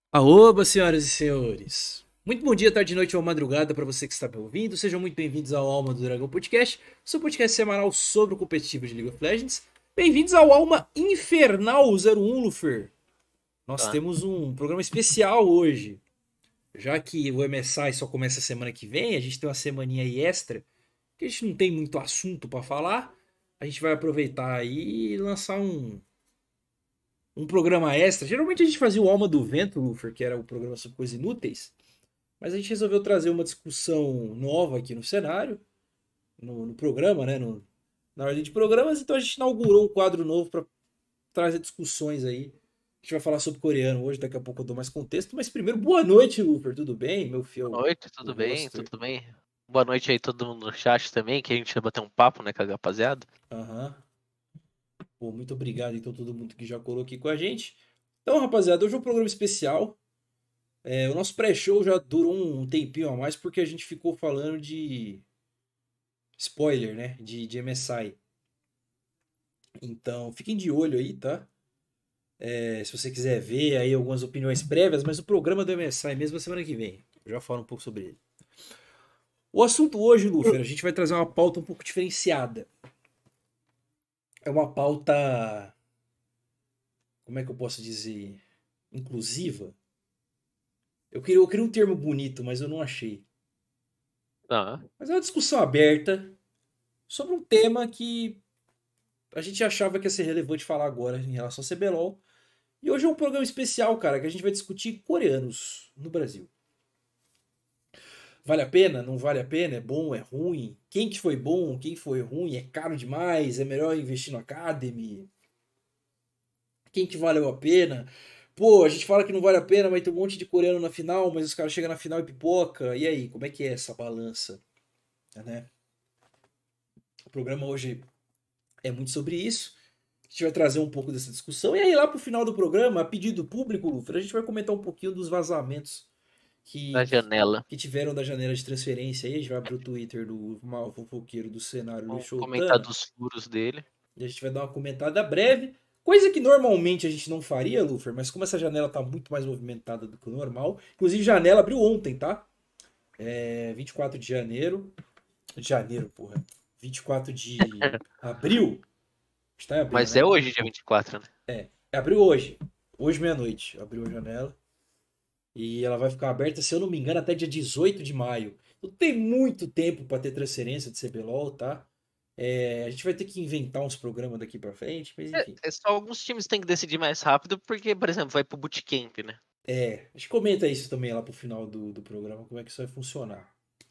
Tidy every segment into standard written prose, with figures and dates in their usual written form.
Aoba, senhoras e senhores. Muito bom dia, tarde, noite ou madrugada para você que está me ouvindo. Sejam muito bem-vindos ao Alma do Dragão Podcast, seu podcast semanal sobre o competitivo de League of Legends. Bem-vindos ao Alma Infernal 01, Lufer. Nós Tá. temos um programa especial hoje. Já que o MSI só começa semana que vem, a gente tem uma semaninha aí extra, que a gente não tem muito assunto para falar. A gente vai aproveitar aí e lançar um programa extra. Geralmente a gente fazia o Alma do Vento, Lufer, que era o programa sobre coisas inúteis. Mas a gente resolveu trazer uma discussão nova aqui no cenário, no programa, né? Na ordem de programas. Então a gente inaugurou um quadro novo para trazer discussões aí. A gente vai falar sobre coreano hoje, daqui a pouco eu dou mais contexto. Mas primeiro, boa noite, Luper. Tudo bem, meu fiel Boa noite, o tudo bem? roster? Tudo bem? Boa noite aí todo mundo no chat também, que a gente vai bater um papo, né, com a rapaziada. Aham. Pô, muito obrigado, então, todo mundo que já colou aqui com a gente. Então, rapaziada, hoje é um programa especial. O nosso pré-show já durou um tempinho a mais porque a gente ficou falando de spoiler, né? De MSI. Então, fiquem de olho aí, tá? Se você quiser ver aí algumas opiniões prévias, mas o programa do MSI mesmo é semana que vem. Eu já falo um pouco sobre ele. O assunto hoje, Lufer, a gente vai trazer uma pauta um pouco diferenciada. É uma pauta, como é que eu posso dizer, inclusiva. Eu queria um termo bonito, mas eu não achei. Ah, Mas é uma discussão aberta sobre um tema que a gente achava que ia ser relevante falar agora em relação ao CBLOL. E hoje é um programa especial, cara, que a gente vai discutir coreanos no Brasil. Vale a pena? Não vale a pena? É bom? É ruim? Quem que foi bom? Quem foi ruim? É caro demais? É melhor investir no Academy? Quem que valeu a pena? Pô, a gente fala que não vale a pena, mas tem um monte de coreano na final, mas os caras chegam na final e pipoca. E aí, como é que é essa balança? Né? O programa hoje é muito sobre isso. A gente vai trazer um pouco dessa discussão. E aí, lá pro final do programa, a pedido público, Luffy, a gente vai comentar um pouquinho dos vazamentos na que, janela. que tiveram da janela de transferência aí. A gente vai abrir o Twitter do mal fofoqueiro do cenário Luiz Vamos comentar Choutana. dos furos dele. E a gente vai dar uma comentada breve. Coisa que normalmente a gente não faria, Lufer, mas como essa janela tá muito mais movimentada do que o normal. Inclusive, janela abriu ontem, tá? 24 de janeiro. De janeiro, porra. 24 de abril. Está em abril, Mas é né? hoje, dia 24, né? Abriu hoje. Hoje, meia-noite. Abriu a janela. E ela vai ficar aberta, se eu não me engano, até dia 18 de maio. Então tem muito tempo para ter transferência de CBLOL, tá? A gente vai ter que inventar uns programas daqui para frente, mas enfim. É só alguns times têm que decidir mais rápido, porque, por exemplo, vai pro bootcamp, né? A gente comenta isso também lá pro final do programa, como é que isso vai funcionar.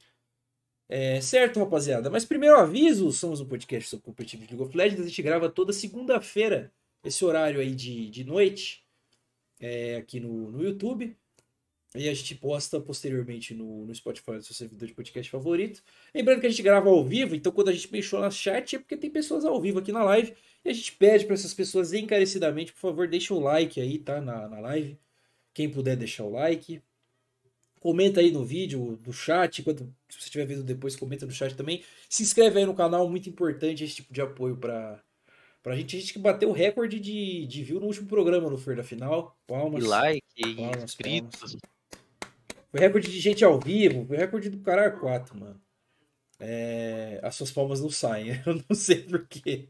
Certo, rapaziada. Mas primeiro aviso, somos um podcast sobre competitivo de League of Legends. A gente grava toda segunda-feira, esse horário aí de noite, aqui no YouTube. E a gente posta posteriormente no Spotify, no seu servidor de podcast favorito. Lembrando que a gente grava ao vivo, então quando a gente mexeu na chat é porque tem pessoas ao vivo aqui na live. E a gente pede para essas pessoas encarecidamente, por favor, deixa o like aí, tá? Na live. Quem puder deixar o like. Comenta aí no vídeo, no chat. Se você estiver vendo depois, comenta no chat também. Se inscreve aí no canal, muito importante esse tipo de apoio pra gente. A gente que bateu o recorde de view no último programa no Fer da final. E Palmas, like, e palmas, palmas. inscritos. Foi recorde de gente ao vivo, foi recorde do cara 4, mano. As suas palmas não saem, eu não sei porquê.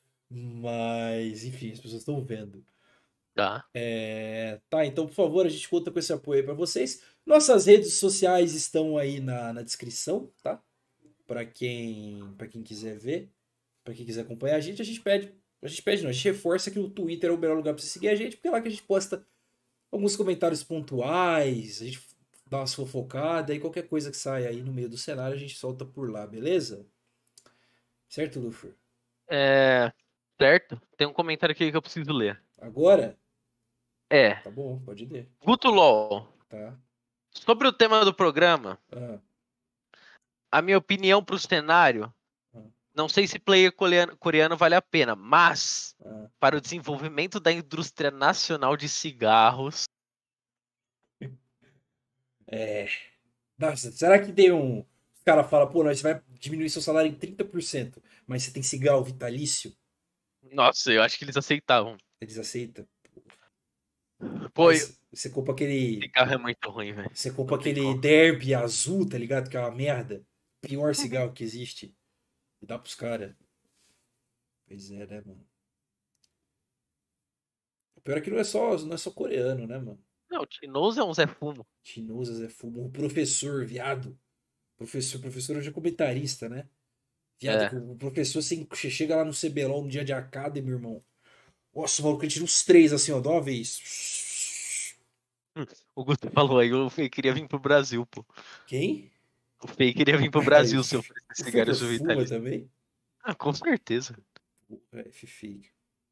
Mas, enfim, as pessoas estão vendo. Tá. Tá, então, por favor, a gente conta com esse apoio aí pra vocês. Nossas redes sociais estão aí na descrição, tá? Para quem quiser ver, pra quem quiser acompanhar a gente pede não, a gente reforça que o Twitter é o melhor lugar pra você seguir a gente, porque é lá que a gente posta alguns comentários pontuais, a gente dá umas fofocadas e qualquer coisa que saia aí no meio do cenário a gente solta por lá, beleza? Certo, Luffy? É. Certo? Tem um comentário aqui que eu preciso ler. Agora? É. Tá bom, pode ler. Guto LOL. Tá. Sobre o tema do programa, Ah, a minha opinião pro cenário. ah, Não sei se player coreano vale a pena, mas ah. para o desenvolvimento da indústria nacional de cigarros. É. Nossa, será que tem um. Os caras falam, pô, nós vai diminuir seu salário em 30%, mas você tem cigarro vitalício? Nossa, eu acho que eles aceitavam. Eles aceitam? Pô, Mas. Você compra Esse aquele. carro é muito ruim, velho. Você compra Não tem aquele como. Derby azul, tá ligado? Que é uma merda. Pior cigarro que existe. E dá pros caras. Pois é, né, mano? O pior é que não é só coreano, né, mano? Não, o Tinoz é um Zé Fumo. Chinosas é fumo. O professor, viado. Professor hoje é comentarista, né? Viado, que É. o professor, você chega lá no CBLOL no dia de academy, meu irmão. Nossa, o maluco ele tira uns três assim, ó, de uma vez. O Guto falou aí, o Fei queria vir pro Brasil, pô. Quem? O Fei queria vir pro Aí, Brasil se oferecer o Faker cigarros fuma vitalícios. também? Ah, com certeza. É, Fifica.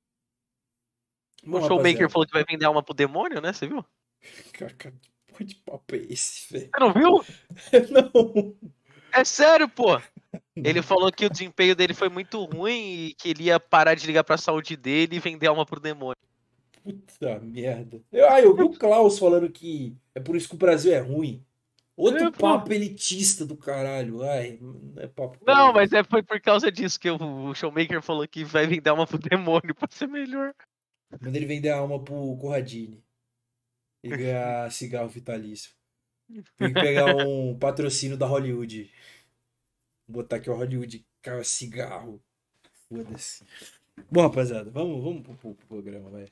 O Bom, Showmaker rapaziada. falou que vai vender alma pro demônio, né? Você viu? Cara, que porra de papo é esse, velho? Você não viu? Não. É sério, pô. Ele falou que o desempenho dele foi muito ruim e que ele ia parar de ligar pra saúde dele e vender alma pro demônio. Puta merda. Eu vi o Klaus falando que é por isso que o Brasil é ruim. Outro É, pô. papo elitista do caralho. Ai, não é papo pra Não, hoje. mas foi por causa disso que o Showmaker falou que vai vender alma pro demônio pra ser melhor. Manda ele vender a alma pro Corradini e ganhar cigarro vitalício. Tem que pegar um patrocínio da Hollywood. Botar aqui o Hollywood, cara, cigarro. Foda-se. Bom, rapaziada, vamos pro programa, vai.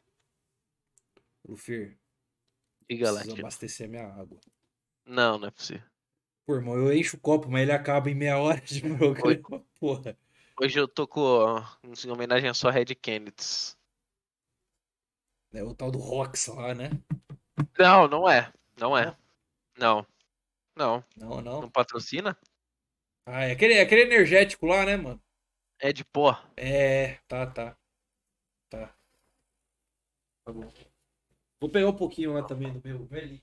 Luffy, Diga lá, preciso tio. abastecer minha água. Não, não é possível. Pô, irmão, eu encho o copo, mas ele acaba em meia hora de Hoje, programa, porra. hoje eu tô com, em homenagem a sua Red Kennedy. É o tal do Rox lá, né? Não, não é. Não é. Não? Não, não. Não, Não não. patrocina? Ah, é aquele energético lá, né, mano? É de pó. É, tá. Tá bom. Vou pegar um pouquinho lá também do meu velho.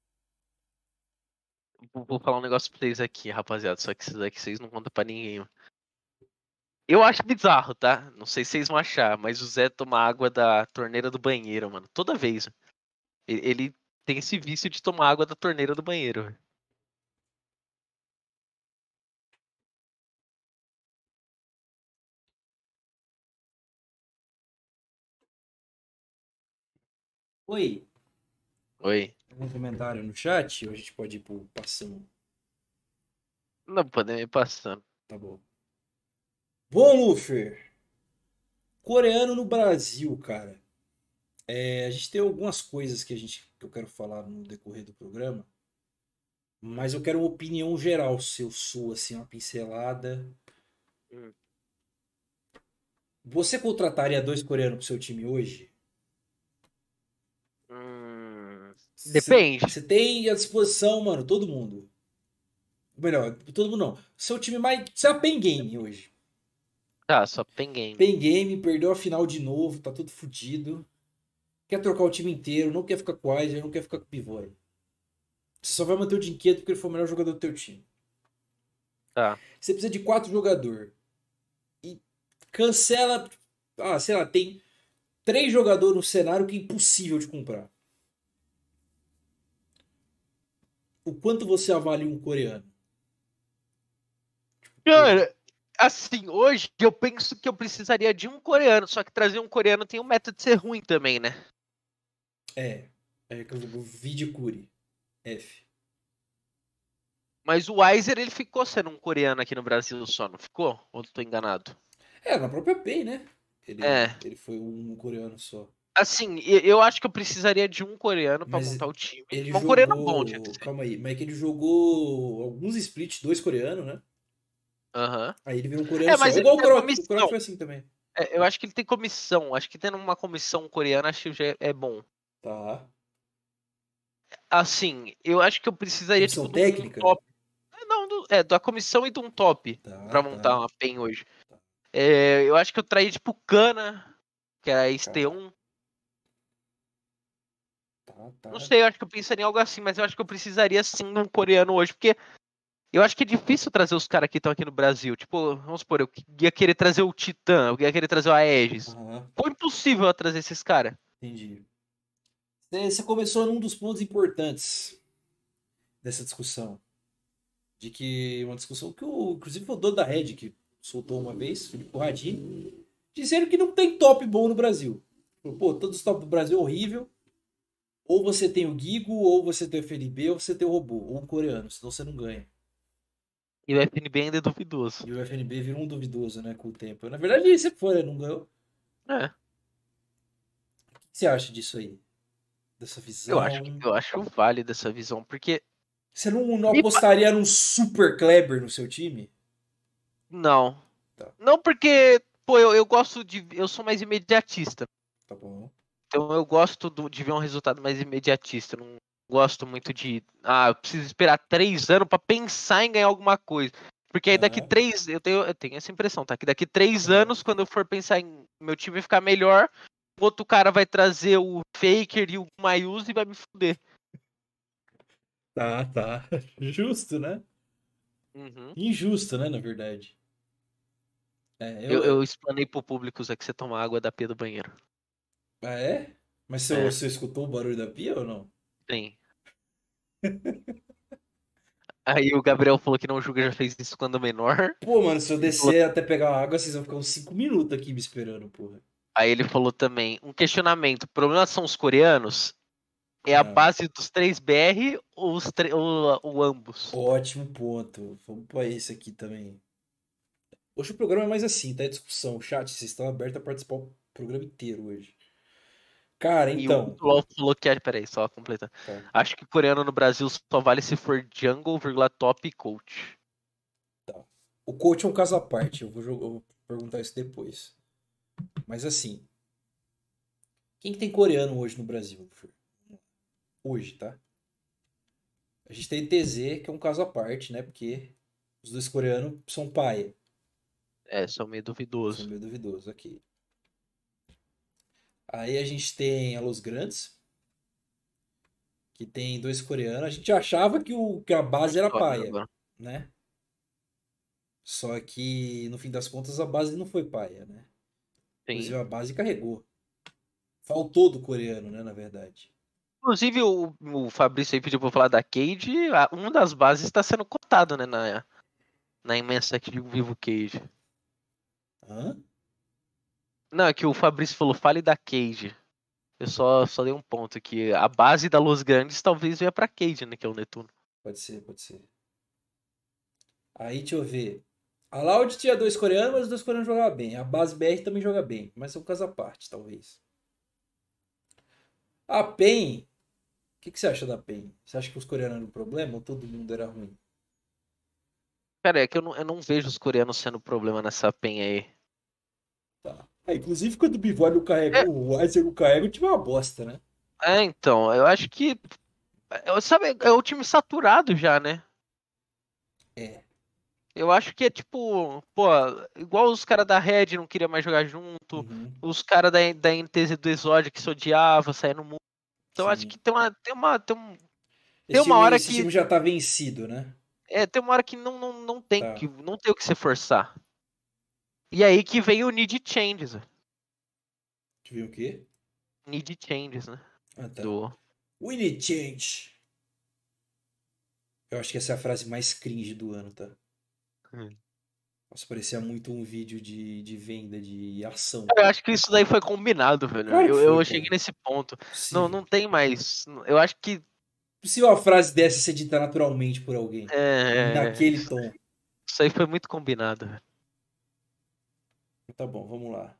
Vou falar um negócio pra vocês aqui, rapaziada. Só que isso daqui vocês não contam pra ninguém, mano. Eu acho bizarro, tá? Não sei se vocês vão achar, mas o Zé toma água da torneira do banheiro, mano. Toda vez. Ele tem esse vício de tomar água da torneira do banheiro, velho. Oi, Oi. algum comentário no chat? Ou a gente pode ir pro passando? Não podemos ir passando. Tá bom. Bom, Luffy, coreano no Brasil, cara. A gente tem algumas coisas que eu quero falar no decorrer do programa, mas eu quero uma opinião geral, se eu sou assim, uma pincelada. Hum. Você contrataria dois coreanos pro seu time hoje? Depende. Você tem à disposição, mano, todo mundo. Melhor, todo mundo não. Seu time mais. Você é a Pen Game hoje. Tá, só pen game. Pen Game, perdeu a final de novo, tá tudo fodido. Quer trocar o time inteiro, não quer ficar com o Weiser, não quer ficar com o Pivoy. Você só vai manter o Dinquedo porque ele foi o melhor jogador do teu time. Tá. Você precisa de quatro jogadores. E cancela. Ah, sei lá, tem três jogadores no cenário que é impossível de comprar. O quanto você avalia um coreano? Cara, assim, hoje eu penso que eu precisaria de um coreano, só que trazer um coreano tem um método de ser ruim também, né? É que eu vi de Curi. F. Mas o Weiser, ele ficou sendo um coreano aqui no Brasil só, não ficou? Ou eu tô enganado? Na própria PEN, né? Ele, É. ele foi um coreano só. Assim, eu acho que eu precisaria de um coreano pra Mas montar o time. ele Um coreano bom, tinha que jogou. ser. Calma aí, mas é que ele jogou alguns splits, dois coreanos, né? Aham. Aí ele virou um coreano É, só. mas É ele igual o tem Croc. O Croc comissão. foi assim também. Eu acho que ele tem comissão. Acho que tendo uma comissão coreana, acho que já é bom. Tá. Assim, eu acho que eu precisaria, Comissão tipo, de um técnica? top. Não, da comissão e de um top Tá, pra tá. montar uma PEN hoje. Tá, Eu acho que eu traí, tipo, Cana, que é a tá, ST1. tá, Não tá. sei, eu acho que eu pensaria em algo assim, mas eu acho que eu precisaria sim de um coreano hoje, porque eu acho que é difícil trazer os caras que estão aqui no Brasil. Tipo, vamos supor, eu ia querer trazer o Titã, eu ia querer trazer o Aegis. Aham, Foi impossível eu trazer esses caras. entendi. Você começou num dos pontos importantes dessa discussão. De que uma discussão que inclusive foi o dono da Red que soltou uma vez, Felipe Corradini, dizendo que não tem top bom no Brasil. Pô, todos os top do Brasil é horrível. ou você tem o Gigo, ou você tem o FNB, ou você tem o robô, ou um coreano, senão você não ganha. E o FNB ainda é duvidoso. E o FNB vira um duvidoso, né, com o tempo. Na verdade, ele sempre foi, né? Não ganhou. O É, que você acha disso aí? Dessa visão? eu acho válido essa visão, porque Você não me pa- apostaria num super Kleber no seu time? não. Tá, Não porque, pô, eu gosto de. Eu sou mais imediatista. tá bom. Então eu gosto de ver um resultado mais imediatista. Eu não gosto muito de. Ah, eu preciso esperar 3 anos pra pensar em ganhar alguma coisa. Porque aí daqui Aham, 3. Eu tenho essa impressão, tá? Que daqui 3 anos, aham. quando eu for pensar em meu time ficar melhor, o outro cara vai trazer o Faker e o Mayuse e vai me fuder. Tá, tá. Justo, né? Uhum. Injusto, né, na verdade. É, Eu explanei pro público, Zé, que você toma água da pia do banheiro. Ah, é? Mas É, você escutou o barulho da pia ou não? tem. Aí o Gabriel falou que não julga, já fez isso quando menor. Pô, mano, se eu Ele falou descer até pegar uma água, vocês vão ficar uns 5 minutos aqui me esperando, porra. Aí ele falou também, um questionamento, o problema são os coreanos? É a Ah, base dos 3BR ou ou ambos? ótimo ponto. Vamos pra esse aqui também. Hoje o programa é mais assim, tá? É discussão. Chat, vocês estão abertos a participar o programa inteiro hoje. Cara, E o então. LoL falou que, peraí, só completar. Tá, Acho que coreano no Brasil só vale se for jungle, vírgula, top e coach. tá. O coach é um caso à parte. Eu vou perguntar isso depois. Mas assim, quem que tem coreano hoje no Brasil? Fer? Hoje, tá? A gente tem TZ, que é um caso à parte, né? Porque os dois coreanos são paia. É, são meio São duvidoso. meio duvidosos aqui. Aí a gente tem a Los Grandes, que tem dois coreanos. A gente achava que a base era Só paia, agora. né? Só que no fim das contas a base não foi paia, né? Inclusive Sim. a base carregou. Faltou do coreano, né? Na verdade. Inclusive, o Fabrício aí pediu pra eu falar da Cade. Uma das bases está sendo cotado, né, na imensa aqui de Vivo Cage. Hã? Não, é que o Fabrício falou, fale da Cage. Eu só dei um ponto aqui. A base da Los Grandes talvez venha pra Cade, né? Que é o Netuno. Pode ser, pode ser. Aí, deixa eu ver. A Loud tinha dois coreanos, mas os dois coreanos jogavam bem. A base BR também joga bem, mas é um caso à parte, talvez. A PEN, o que você acha da PEN? Você acha que os coreanos eram um problema ou todo mundo era ruim? Cara, é que eu não vejo os coreanos sendo problema nessa penha aí. Tá. É, inclusive quando o Bivol não carrega, É, o Weiser não carrega, o time é uma bosta, né? então, eu acho que. Sabe, é o time saturado já, né? É. Eu acho que é tipo, pô, igual os caras da Red não queriam mais jogar junto, Uhum. os caras da NTZ do Exódio que se odiava, saia no mundo. Então acho Sim. que tem uma hora Esse que. time já tá vencido, né? Tem uma hora que não tem Tá. não tem o que se forçar. E aí que vem o need changes, velho. Deixa eu ver o quê? Need changes, né? Ah, tá. Do. We need change. Eu acho que essa é a frase mais cringe do ano, tá? Hum. Nossa, parecia muito um vídeo de venda, de ação. Eu acho que isso daí foi combinado, velho. Claro que foi, Eu cheguei pô. nesse ponto. Não, Possível. não tem mais. Eu acho que. Possível uma frase dessa ser dita naturalmente por alguém. Naquele Isso tom. isso aí foi muito combinado, velho. Tá bom, vamos lá.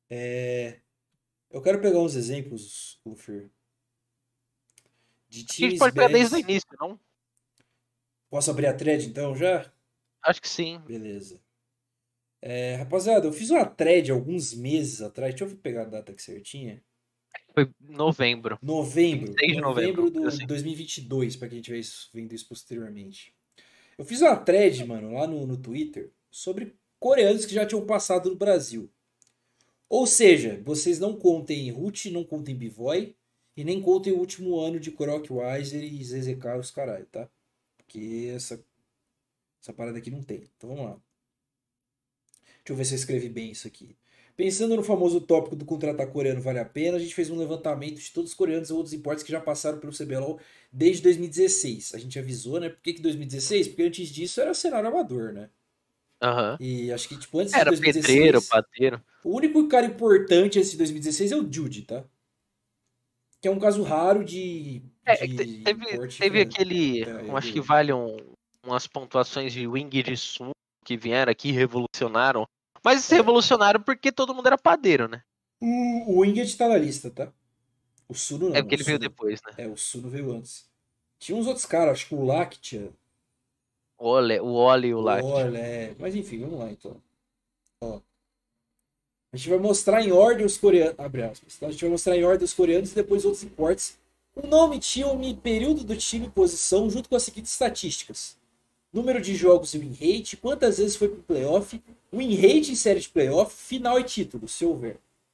Eu quero pegar uns exemplos, Luffy, de Acho que a gente times pode pegar desde o BRs. início, não? Posso abrir a thread então já? Acho que sim. Beleza. Rapaziada, eu fiz uma thread alguns meses atrás. Deixa eu pegar a data aqui certinha. Foi novembro. Novembro. 26 de novembro, Novembro coisa do assim. 2022, para quem estiver vendo isso posteriormente. Eu fiz uma thread, mano, lá no Twitter, sobre coreanos que já tinham passado no Brasil. Ou seja, vocês não contem Root, não contem Bivoy, e nem contem o último ano de Crockweiser e ZZK e os caralho, tá? Porque essa parada aqui não tem. Então vamos lá. Deixa eu ver se eu escrevi bem isso aqui. Pensando no famoso tópico do contratar coreano vale a pena, a gente fez um levantamento de todos os coreanos e outros importes que já passaram pelo CBLOL desde 2016. A gente avisou, né? Por que 2016? Porque antes disso era cenário amador, né? Aham. E acho que, tipo, antes de Era pedreiro, 2016, padeiro. o único cara importante antes de 2016 é o Jude, tá? Que é um caso raro de, de Teve, importe teve grande. aquele. Tá, Eu eu acho que dei. vale umas pontuações de Wing de Sun que vieram aqui e revolucionaram. Mas eles É, revolucionaram porque todo mundo era padeiro, né? o Winged tá na lista, tá? O Suno É não. porque O ele veio Suno, depois, né? o Suno veio antes. Tinha uns outros caras, acho que o Lactia, O Ole e o o Lact. Orle, mas enfim, vamos lá então. Ó, a gente vai mostrar em ordem os coreanos, abre aspas, tá? A gente vai mostrar em ordem os coreanos e depois outros importes. O nome, time, período do time e posição, junto com as seguintes estatísticas. Número de jogos e win rate, quantas vezes foi pro playoff, win rate em série de playoff, final e título, se houver.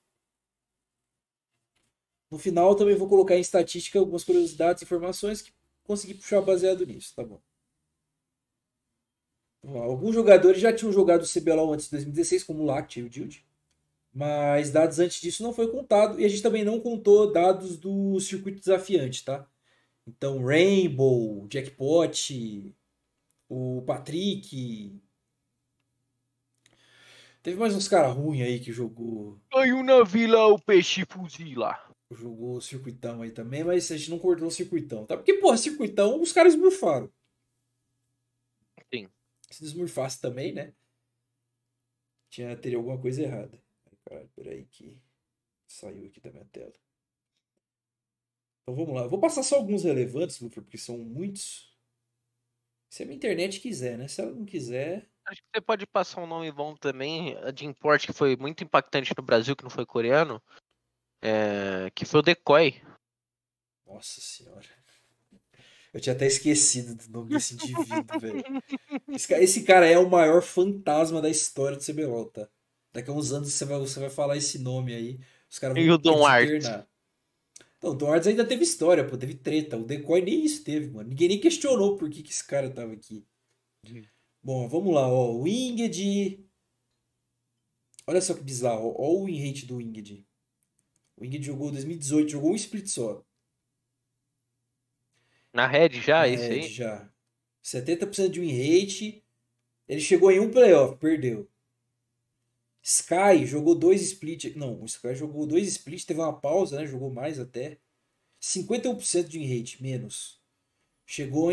No final também vou colocar em estatística algumas curiosidades e informações que consegui puxar baseado nisso, tá bom? Alguns jogadores já tinham jogado o CBLOL antes de 2016, como o Lact e o Dild. Mas dados antes disso não foi contado. E a gente também não contou dados do circuito desafiante, tá? Então, Rainbow, Jackpot, o Patrick. Teve mais uns caras ruins aí que Caiu na vila o peixe fuzila. jogou circuitão aí também, mas a gente não cortou o circuitão, tá? Porque, porra, circuitão os caras esmurfaram. Sim. Se desmurfasse também, né? Teria alguma coisa errada. Ai, caralho, peraí que saiu aqui da minha tela. Então vamos lá. Eu vou passar só alguns relevantes, Luffy, porque são muitos. Se a minha internet quiser, né? Se ela não quiser. Acho que você pode passar um nome bom também, de import que foi muito impactante no Brasil, que não foi coreano, que foi o Decoy. Nossa senhora. Eu tinha até esquecido do nome desse indivíduo, velho. Esse cara é o maior fantasma da história do CBLOL, tá? Daqui a uns anos você vai falar esse nome aí, os caras E vão o querer Don Art. desinternar. Então, o Tom Hards ainda teve história, pô, teve treta. O Decoy nem isso teve, mano. Ninguém nem questionou por que esse cara tava aqui. Bom, vamos lá, ó. Winged. Olha só que bizarro. Ó o win rate do Winged. O Winged jogou 2018, jogou um split só. Na Red já, Na esse Red aí. já. 70% de win rate. Ele chegou em um playoff, perdeu. Sky jogou dois split. Não, o Sky jogou dois split, teve uma pausa, né? Jogou mais até. 51% de win rate, menos. Chegou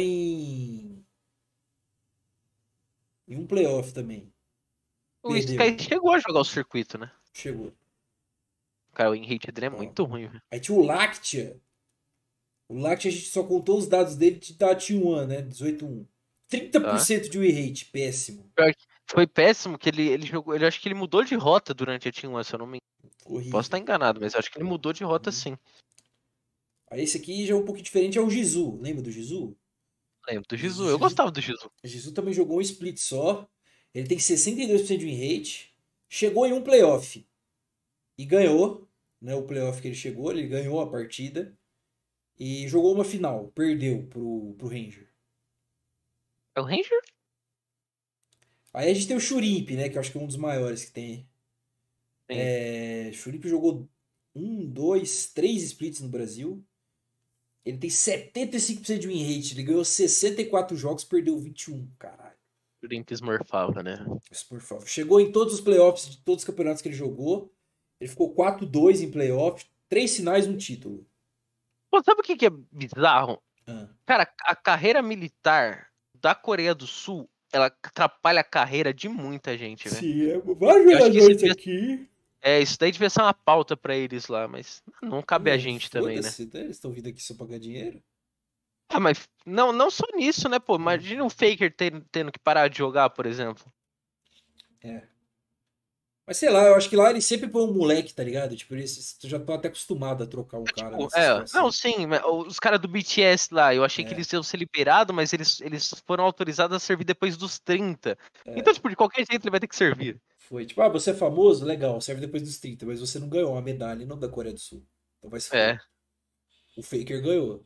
em um playoff também. O Perdeu. Sky chegou a jogar o circuito, né? Chegou. Cara, o in-rate dele é Ó. muito ruim, velho. Aí tinha o Lactia. O Lactia a gente só contou os dados dele da T1, né? 18-1. Tá? 30% de win rate, péssimo. Pior que foi péssimo que ele jogou. Ele acho que ele mudou de rota durante a Team 1, se eu não me engano. Posso estar Horrível. enganado, mas eu acho que ele mudou de rota Uhum. sim. Aí esse aqui já é um pouco diferente, é o Jizu. Lembra do Jizu? Lembro do Jesus. Eu Jizu, gostava do Jesus. Jizu também jogou um split só. Ele tem 62% de win rate. Chegou em um playoff e ganhou. Né, o playoff que ele chegou, ele ganhou a partida. E jogou uma final. Perdeu pro Ranger. É o Ranger? Aí a gente tem o Shrimp, né? Que eu acho que é um dos maiores que tem. Sim. Shrimp jogou um, dois, três splits no Brasil. Ele tem 75% de win rate. Ele ganhou 64 jogos, perdeu 21. Caralho. O Limp smurfava, né? Isso, por favor. Chegou em todos os playoffs de todos os campeonatos que ele jogou. Ele ficou 4-2 em playoffs. 3 finais, um título. Pô, sabe o que é bizarro? Ah. Cara, a carreira militar da Coreia do Sul, ela atrapalha a carreira de muita gente, velho. Sim, vários Eu acho que isso jogadores devia, aqui. isso daí devia ser uma pauta pra eles lá, mas não cabe a gente também, né? Foda-se, né? Eles estão vindo aqui só pra ganhar dinheiro. Ah, mas não só nisso, né, pô? Imagina o Faker tendo que parar de jogar, por exemplo. É. Mas sei lá, eu acho que lá eles sempre põem um moleque, tá ligado? Tipo, eles já estão até acostumados a trocar um cara Tipo, nessa não, situação. sim, mas os caras do BTS lá, eu achei que É, eles iam ser liberados, mas eles foram autorizados a servir depois dos 30. Então, é. tipo, de qualquer jeito ele vai ter que servir. Foi tipo, você é famoso? Legal, serve depois dos 30, mas você não ganhou uma medalha, não da Coreia do Sul. Então vai se fuder. É, O Faker ganhou.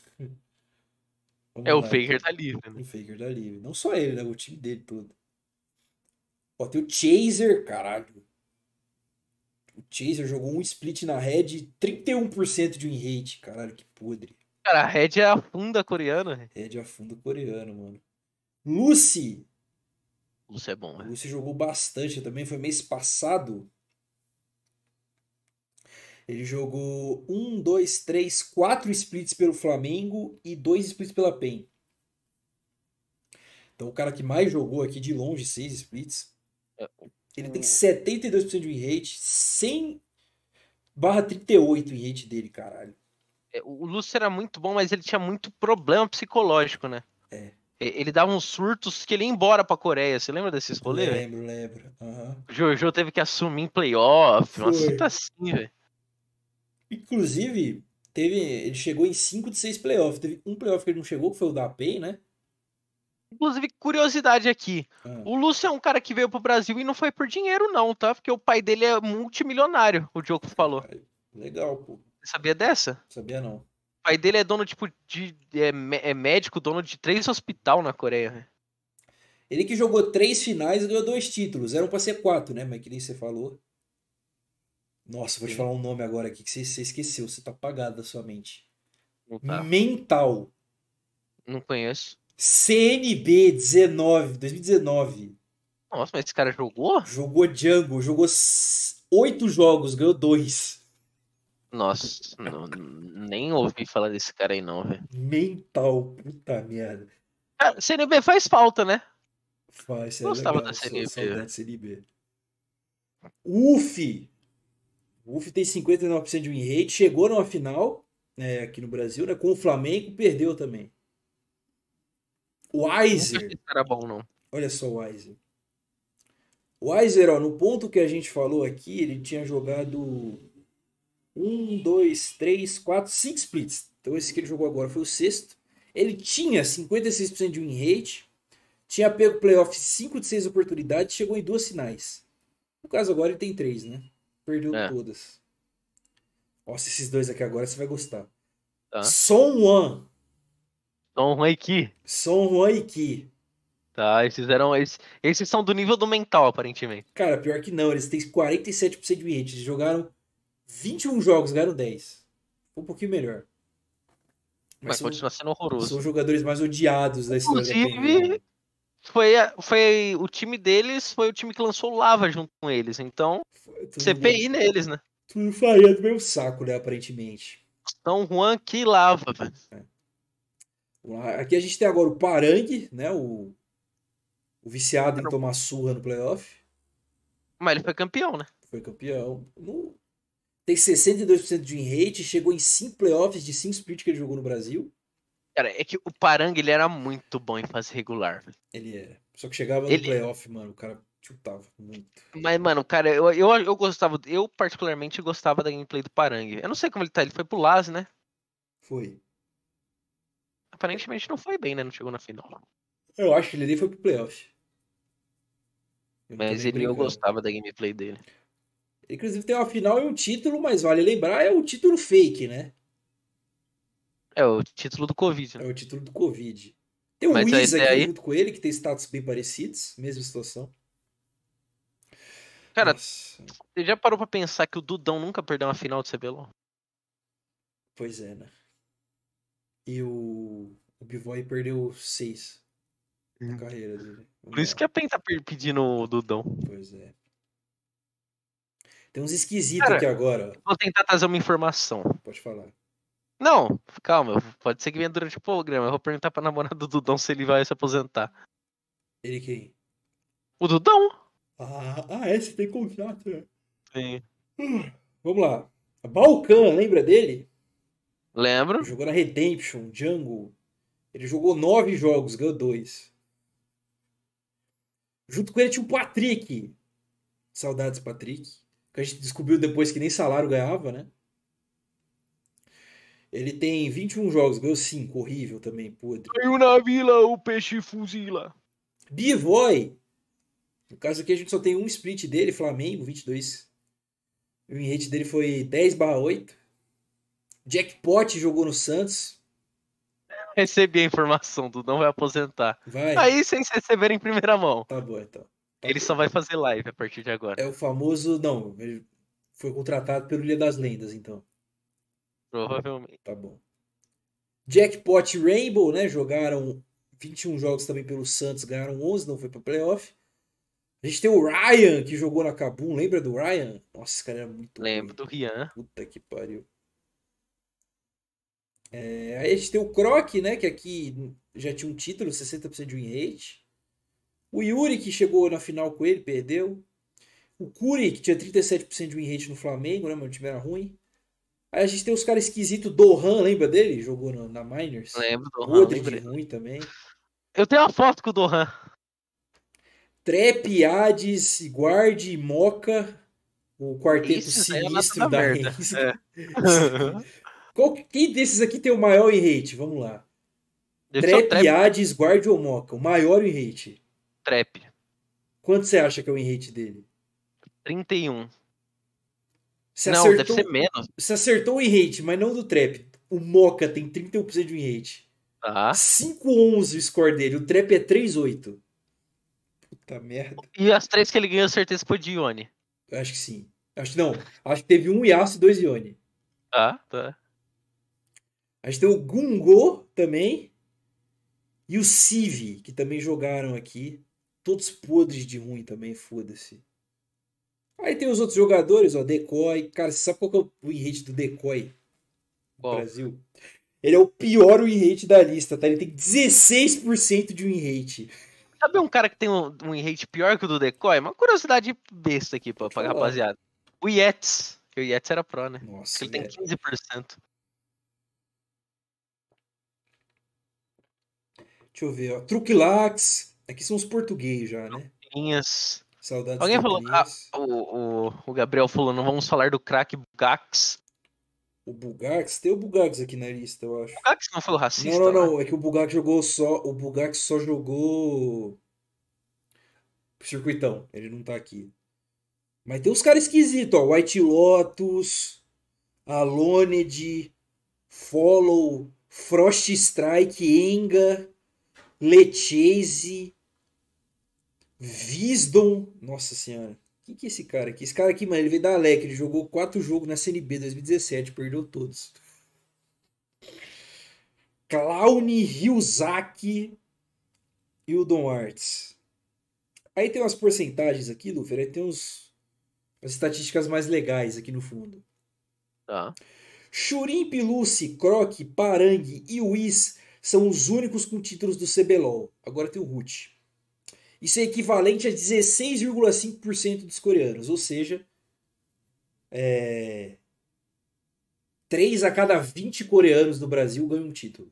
é Vamos o lá, Faker então. tá livre, né? O Faker tá livre. Não só ele, né? O time dele todo. Ó, tem o Chaser, caralho. O Chaser jogou um split na Red, 31% de win rate. Caralho, que podre. Cara, a Red é a funda coreana, né? Red a fundo coreano, mano. Lucy. Isso é bom, O né? Lucy jogou bastante também, foi mês passado. Ele jogou 4 splits pelo Flamengo e 2 splits pela PEN. Então o cara que mais jogou aqui de longe, 6 splits. É, Ele tem O, 72% de win rate, 100/38 win rate dele, caralho. o Lúcio era muito bom, mas ele tinha muito problema psicológico, né? É, Ele dava uns surtos que ele ia embora pra Coreia. Você lembra desses rolês, velho? lembro. Aham. O Jojo teve que assumir em playoff, uma Foi. fita assim, velho. Inclusive, ele chegou em 5 de 6 playoffs. Teve um playoff que ele não chegou, que foi o da PEN, né? Inclusive, curiosidade aqui. Ah, O Lúcio é um cara que veio pro Brasil e não foi por dinheiro, não, tá? Porque o pai dele é multimilionário, o Diogo falou. caralho. Legal, pô. Você sabia dessa? Não sabia não. O pai dele é dono, tipo, é médico, dono de 3 hospital na Coreia, velho. Ele que jogou 3 finais e ganhou 2 títulos. Eram pra ser 4, né? Mas que nem você falou. Nossa, vou te Sim, falar um nome agora aqui que você esqueceu. Você tá apagado da sua mente. não tá. Mental. Não conheço. CNB 2019. Nossa, mas esse cara jogou? Jogou Django, jogou 8 jogos, ganhou 2. Nossa, nem ouvi falar desse cara aí, não, velho. Mental, puta merda. Cara, CNB faz falta, né? Faz, isso é Gostava da legal, CNB, saudade velho. de CNB. UF! O UF tem 59% de win rate, chegou numa final, aqui no Brasil, né, com o Flamengo, perdeu também. O Nunca achei Weiser, esse cara bom, não. olha só o Weiser. O Weiser, ó, no ponto que a gente falou aqui, ele tinha jogado 5 splits. Então esse que ele jogou agora foi o sexto. Ele tinha 56% de win rate, tinha pego playoff 5 de 6 oportunidades, chegou em 2 finais. No caso agora ele tem 3, né? Perdeu É, todas. Nossa, esses dois aqui agora você vai gostar. tá. Son Juan. Então, aqui. Son Juan e Ki. Tá, esses são do nível do mental, aparentemente. Cara, pior que não, eles têm 47% de win rate. Eles jogaram 21 jogos, ganharam 10. Foi um pouquinho melhor. Mas Mas são, continua sendo são horroroso. os jogadores mais odiados da história da PEN mesmo, né? Inclusive, foi o time deles, foi o time que lançou o Lava junto com eles. Então, Foi CPI neles, né? tudo faria do mesmo saco, né, aparentemente. Então, Juan que Lava, velho. Aqui a gente tem agora o Parangue, né, o viciado em tomar surra no playoff. Mas ele foi campeão, né? Foi campeão. Tem 62% de win rate, chegou em 5 playoffs de 5 split que ele jogou no Brasil. Cara, é que o Parang, ele era muito bom em fase regular, velho. Ele era. Só que chegava no Ele, playoff, mano, o cara chutava muito. mas, mano, cara, eu gostava, eu particularmente gostava da gameplay do Parang. Eu não sei como ele tá, ele foi pro Laz, né? Foi. Aparentemente não foi bem, né? Não chegou na final. Eu acho que ele nem foi pro playoff. Eu não tô Mas nem eu brincando. gostava da gameplay dele. Inclusive tem uma final e um título, mas vale lembrar, é o título fake, né? É o título do Covid, É né? o título do Covid. Tem o Mas Wiz até aqui aí, junto com ele, que tem status bem parecidos, mesma situação. cara, Nossa, você já parou pra pensar que o Dudão nunca perdeu uma final de CBLOL? pois é, né? E o Bivoy perdeu 6 na carreira dele. Por Vamos isso lá. que a PEN tá pedindo o Dudão. Pois é. Tem uns esquisitos aqui Cara, agora, ó. vou tentar trazer uma informação. Pode falar. Não, calma, pode ser que venha durante o programa. Eu vou perguntar pra namorada do Dudão se ele vai se aposentar. Ele quem? O Dudão? Você tem contrato, né? Sim. Vamos lá. Balkan, lembra dele? Lembro. Jogou na Redemption, Jungle. Ele jogou 9 jogos, ganhou 2. Junto com ele tinha o Patrick. Saudades, Patrick. Que a gente descobriu depois que nem salário ganhava, né? Ele tem 21 jogos, ganhou 5. Horrível também, podre. Caiu na vila, o peixe fuzila. Bivoy. No caso aqui a gente só tem um split dele, Flamengo, 22. O win rate dele foi 10/8. Jackpot jogou no Santos. Recebi a informação, o Dudão vai aposentar. Vai. Aí, sem receber em primeira mão. Tá bom, então. Tá Ele bom. só vai fazer live a partir de agora. É o famoso. Não, ele foi contratado pelo Ilha das Lendas, então. Provavelmente. Tá bom. Jackpot e Rainbow, né? Jogaram 21 jogos também pelo Santos, ganharam 11, não foi para playoff. A gente tem o Ryan, que jogou na Kabum. Lembra do Ryan? Nossa, esse cara era muito Lembro ruim. do Rian. Puta que pariu. Aí a gente tem o Croc, né? Que aqui já tinha um título, 60% de win rate. O Yuri, que chegou na final com ele, perdeu. O Curi, que tinha 37% de win rate no Flamengo, né? Mas o time era ruim. Aí a gente tem os caras esquisitos. Dohan, lembra dele? Jogou na Miners. Lembro do Han, Podre de lembrei. ruim também. Eu tenho uma foto com o Dohan. Trap, Hades, Guard, Moca. O quarteto Esses aí é a nata sinistro da da merda. Raze. É. Quem desses aqui tem o maior win rate? Vamos lá. Deve ser o Trap, Trap. Hades, Guard ou Moca? O maior win rate. Trap. Quanto você acha que é o win rate dele? 31. Você Não, deve ser acertou, menos. você acertou o win rate, mas não do Trap. O Moca tem 31% de win rate. Tá. 5,11 o score dele. O Trap é 3,8. Puta merda. E as 3 que ele ganhou, certeza que foi de Ione. Eu acho que sim. Acho que não. Acho que teve um Yasuo e 2 Yone. Tá. A gente tem o Gungo também. E o Civi, que também jogaram aqui. Todos podres de ruim também, foda-se. Aí tem os outros jogadores, ó. Decoy. Cara, você sabe qual que é o win rate do Decoy no Qual? Brasil? Ele é o pior win rate da lista, tá? Ele tem 16% de win rate. Sabe um cara que tem um win rate pior que o do Decoy? Uma curiosidade besta aqui pra Falar. rapaziada. O Yetis. Porque o Yetis era pro, né? Nossa, Ele tem 15%. Deixa eu ver, ó. Truquilax. Aqui são os portugueses já, né? Linhas. Saudades Alguém falou. truquilinhas. O Gabriel falou, não vamos falar do craque Bugax. O Bugax. Tem o Bugax aqui na lista, eu acho. O Bugax não foi o Não, racista? não, Lá? não. É que o Bugax jogou só. O Bugax só jogou. Circuitão. Ele não tá aqui. Mas tem uns caras esquisitos, ó. White Lotus. Aloned. Follow. Frost Strike. Enga. Lechase. Wisdom. Nossa senhora. Quem que é esse cara aqui? Esse cara aqui, mano, ele veio da Alec. Ele jogou 4 jogos na CNB 2017. Perdeu todos. Clown, Ryuzaki e o Don Arts. Aí tem umas porcentagens aqui, Lufer. Aí tem umas estatísticas mais legais aqui no fundo. Tá. Shrimp, Lucy, Croc, Parang e Whis são os únicos com títulos do CBLOL. Agora tem o Root. Isso é equivalente a 16,5% dos coreanos. Ou seja, 3 a cada 20 coreanos do Brasil ganham um título.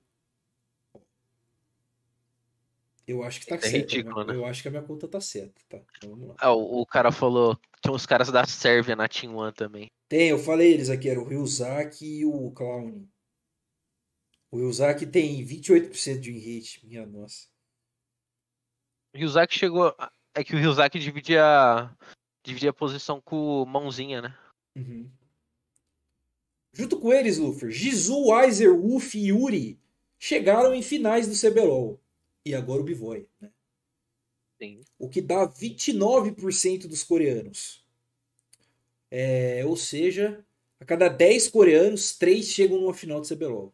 Eu acho que tá É certo. ridículo, né? Eu acho que a minha conta tá certa, tá? Então vamos lá. O cara falou que tinha uns caras da Sérvia na Team One também. Tem, eu falei eles aqui, era o Ryuzaki e o Clown. O Ryuzaki tem 28% de win rate, minha nossa. O Ryuzaki chegou. É que o Ryuzaki dividia a posição com o Mãozinha, né? Uhum. Junto com eles, Luffy, Jizu, Weiser, Wolf e Yuri chegaram em finais do CBLOL. E agora o Bivoy, né? Sim. O que dá 29% dos coreanos. Ou seja, a cada 10 coreanos, 3 chegam numa final do CBLOL.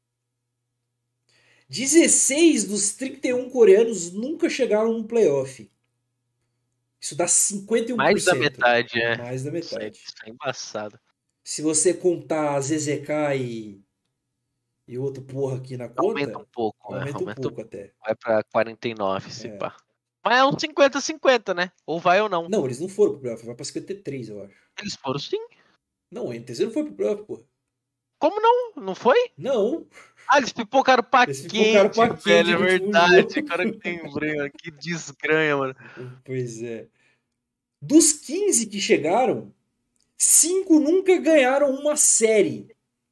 16 dos 31 coreanos nunca chegaram num playoff. Isso dá 51%. Mais da metade, é. Mais da metade. Isso é embaçado. Se você contar ZZK e outro porra aqui na conta, Aumenta um pouco, aumenta um pouco até. Vai pra 49, se pá. Mas é um 50-50, né? Ou vai ou não. Não, eles não foram pro playoff, vai pra 53, eu acho. Eles foram sim. Não, o NTZ não foi pro playoff, porra. Como não? Não foi? Não. Ah, eles pipocaram pra Eles quente, pipocaram pra quente velho. É no último verdade. jogo. Cara, que lembrei, mano. Que desgranha, mano. Pois é. Dos 15 que chegaram, 5 nunca ganharam uma série.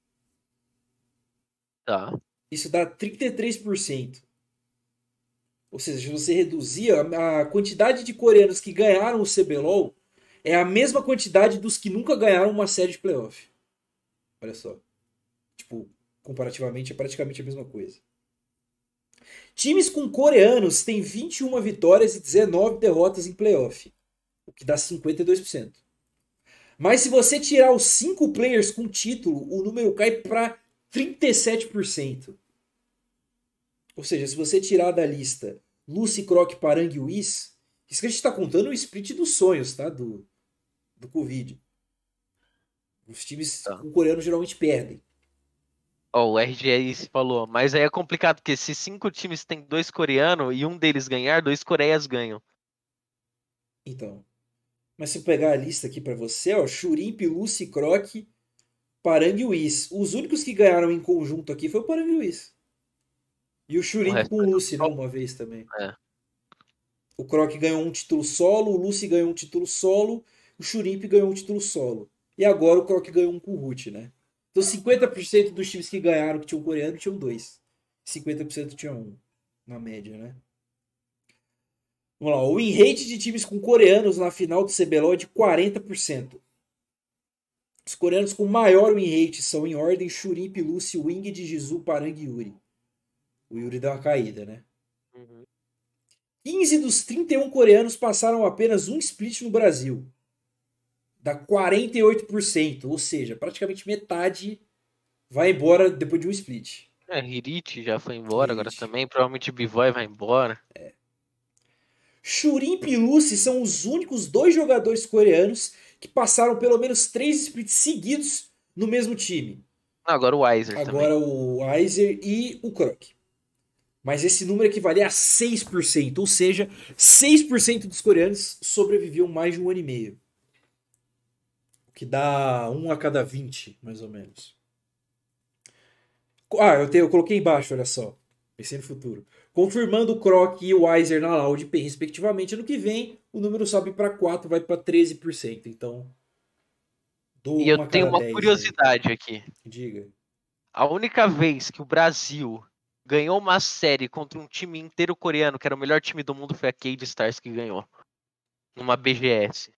Tá. Isso dá 33%. Ou seja, se você reduzir a quantidade de coreanos que ganharam o CBLOL, é a mesma quantidade dos que nunca ganharam uma série de playoff. Olha só. Tipo, comparativamente é praticamente a mesma coisa. Times com coreanos têm 21 vitórias e 19 derrotas em playoff, o que dá 52%. Mas se você tirar os 5 players com título, o número cai para 37%. Ou seja, se você tirar da lista Lucy, Croc, Parang e Whis, Isso que a gente tá contando é o split dos sonhos, tá? Do Covid. Os times Tá. com coreano geralmente perdem. Ó, o RGS falou, mas aí é complicado, porque se 5 times tem 2 coreanos e um deles ganhar, 2 Coreias ganham. Então. Mas se eu pegar a lista aqui pra você, ó, Shrimp, Lucy, Croc, Parang e Whis. Os únicos que ganharam em conjunto aqui foi o Parang e o Whis. E o O Shrimp resto com o é tudo Lucy, né? só. Uma vez também. É. O Croc ganhou um título solo, o Lucy ganhou um título solo, o Shrimp ganhou um título solo. E agora o Croc ganhou um com o Root, né? Então 50% dos times que ganharam que tinham coreano tinham dois. 50% tinham um, na média, né? Vamos lá, o win rate de times com coreanos na final do CBLOL é de 40%. Os coreanos com maior win rate são em ordem Shrimp, Lucy, Wing, Jizu, Parang e Yuri. O Yuri deu uma caída, né? Uhum. 15 dos 31 coreanos passaram apenas um split no Brasil. Dá 48%, ou seja, praticamente metade vai embora depois de um split. É, Hirit já foi embora agora Hirit. também. Provavelmente Bivoy vai embora. Shrimp e Lucy são os únicos dois jogadores coreanos que passaram pelo menos 3 splits seguidos no mesmo time. Ah, agora o Weiser também. Agora o Aizer e o Croc. Mas esse número equivalia a 6%, ou seja, 6% dos coreanos sobreviviam mais de um ano e meio. O que dá 1 a cada 20, mais ou menos. Ah, eu coloquei embaixo, olha só. Pensei no futuro. Confirmando o Croc e o Weiser na Loud P, respectivamente, ano que vem, o número sobe para 4, vai para 13%. Então, dou E eu 1 a tenho cada uma 10 aí. curiosidade aqui. Diga. A única vez que o Brasil ganhou uma série contra um time inteiro coreano, que era o melhor time do mundo, foi a Cade Stars que ganhou. Numa BGS.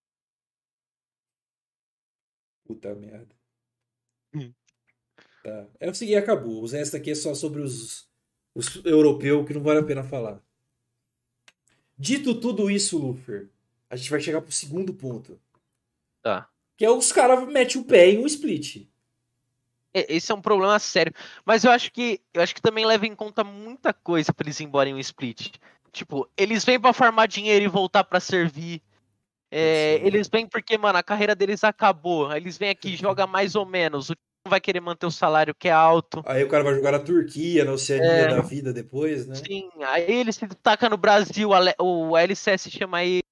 Puta merda. Hum. Tá. É o seguinte, acabou. Os restos aqui é só sobre os europeus que não vale a pena falar. Dito tudo isso, Luffy, a gente vai chegar pro segundo ponto. Tá. Que é os caras metem o pé em um split. Esse é um problema sério. Mas eu acho que também leva em conta muita coisa pra eles ir embora em um split. Tipo, eles vêm pra farmar dinheiro e voltar pra servir. Pode ser. Eles vêm porque, mano, a carreira deles acabou. Aí eles vêm aqui, joga mais ou menos. O time não vai querer manter o salário que é alto. Aí o cara vai jogar na Turquia, na Oceania É, da vida depois, né? sim, aí ele se destaca no Brasil, o LCS chama ele.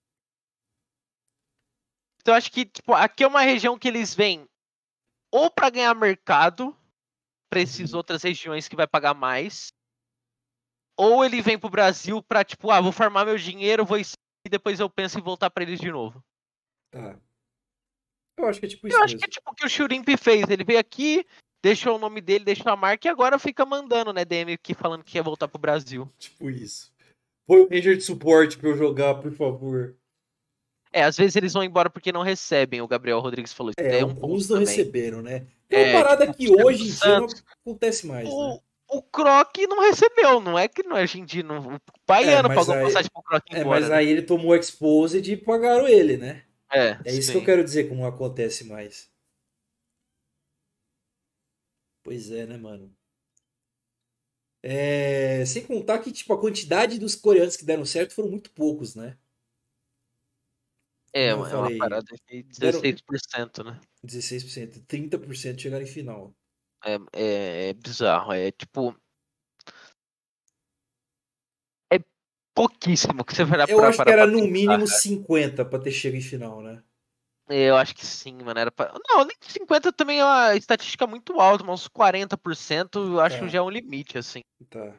Então eu acho que, tipo, aqui é uma região que eles vêm ou pra ganhar mercado pra essas Uhum. outras regiões que vai pagar mais, ou ele vem pro Brasil pra, tipo, vou farmar meu dinheiro, e depois eu penso em voltar pra eles de novo. Tá. Eu acho que é tipo Eu isso acho que é mesmo. tipo o que o Shurimp fez. Ele veio aqui, deixou o nome dele, deixou a marca e agora fica mandando, né, DM aqui falando que quer voltar pro Brasil. Tipo isso. Põe um Ranger de suporte pra eu jogar, por favor. Às vezes eles vão embora porque não recebem, o Gabriel Rodrigues falou. Isso É, daí é um ponto alguns não também. receberam, né? Que é uma parada Tipo, o que Thiago hoje em dia não Santos. acontece mais, né? O Croc não recebeu, não é que não, hoje em dia. Não, o É, Baiano mas pagou aí, passagem pro Croc ir mas embora, né? aí ele tomou exposed e pagaram ele, né? É isso que eu Sim. quero dizer, como não acontece mais. Pois é, né, mano? É, sem contar que, tipo, a quantidade dos coreanos que deram certo foram muito poucos, né? É, Como eu é uma falei, parada de deram 16%, né? 16%, 30% chegaram em final. É bizarro. É tipo. É pouquíssimo que você vai Eu acho que parar era pra no pensar. mínimo 50 pra ter chego em final, né? Eu acho que sim, mano. Não, nem 50 também é uma estatística muito alta, mas uns 40% eu acho que Tá, já é um limite, assim. tá.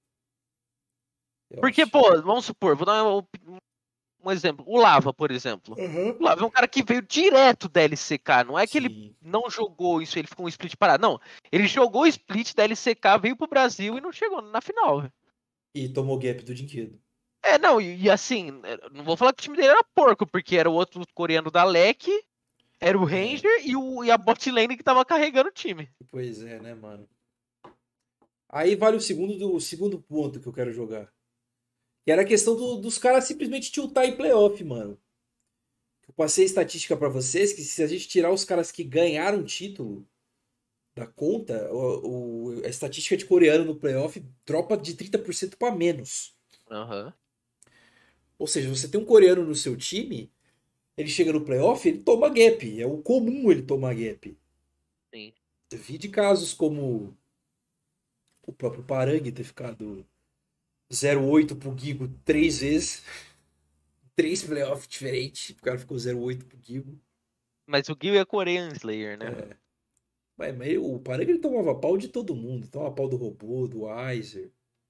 Eu Porque, acho. pô, vamos supor, vou dar um exemplo. O Lava, por exemplo. Aham. O Lava é um cara que veio direto da LCK. Não é que ele Sim. não jogou isso, ele ficou um split parado. Não. Ele jogou o split da LCK, veio pro Brasil e não chegou na final, velho. E tomou gap do Dinquedo. Não, e assim, não vou falar que o time dele era porco, porque era o outro coreano da LEC, era o É, Ranger e a bot lane que tava carregando o time. pois é, né, mano? Aí vale o segundo ponto que eu quero jogar. Que era a questão dos caras simplesmente tiltar em playoff, mano. Eu passei estatística pra vocês que se a gente tirar os caras que ganharam título da conta, a estatística de coreano no playoff dropa de 30% pra menos. Aham. Ou seja, você tem um coreano no seu time, ele chega no playoff, ele toma gap. É o comum ele tomar gap. Sim. Vi de casos como o próprio Parangue ter ficado 0,8 pro Gigo 3 vezes. 3 playoffs diferentes. O cara ficou 0,8 pro Gigo. Mas o Gil é Korean Slayer, né? Mas o Parangue ele tomava pau de todo mundo. Tomava pau do robô, do Weiser.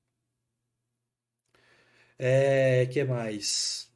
Que mais?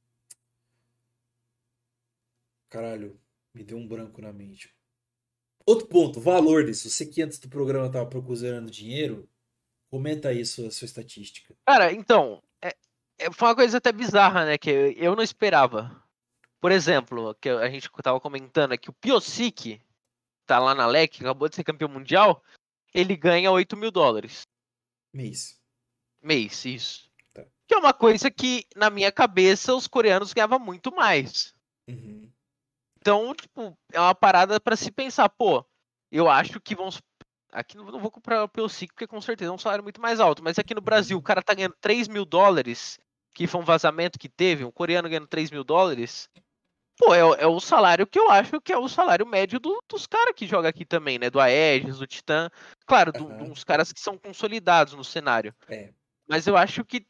Caralho, me deu um branco na mente. Outro ponto, valores. Você que antes do programa tava procurando dinheiro, comenta aí sua estatística. Cara, então, foi uma coisa até bizarra, né? Que eu não esperava. Por exemplo, que a gente tava comentando aqui, o Piocic, tá lá na LEC, acabou de ser campeão mundial, ele ganha $8.000. Mês. Mês, isso. Tá. Que é uma coisa que, na minha cabeça, os coreanos ganhavam muito mais. Uhum. Então, tipo, é uma parada pra se pensar, pô, eu acho que vão. Aqui não vou comprar o Piocic, porque com certeza é um salário muito mais alto. Mas aqui no Brasil, o cara tá ganhando $3.000, que foi um vazamento que teve, um coreano ganhando $3.000. Pô, é o salário que eu acho que é o salário médio dos caras que jogam aqui também, né? Do Aegis, do Titã. Claro, de Aham. uns caras que são consolidados no cenário. É, Mas eu acho que.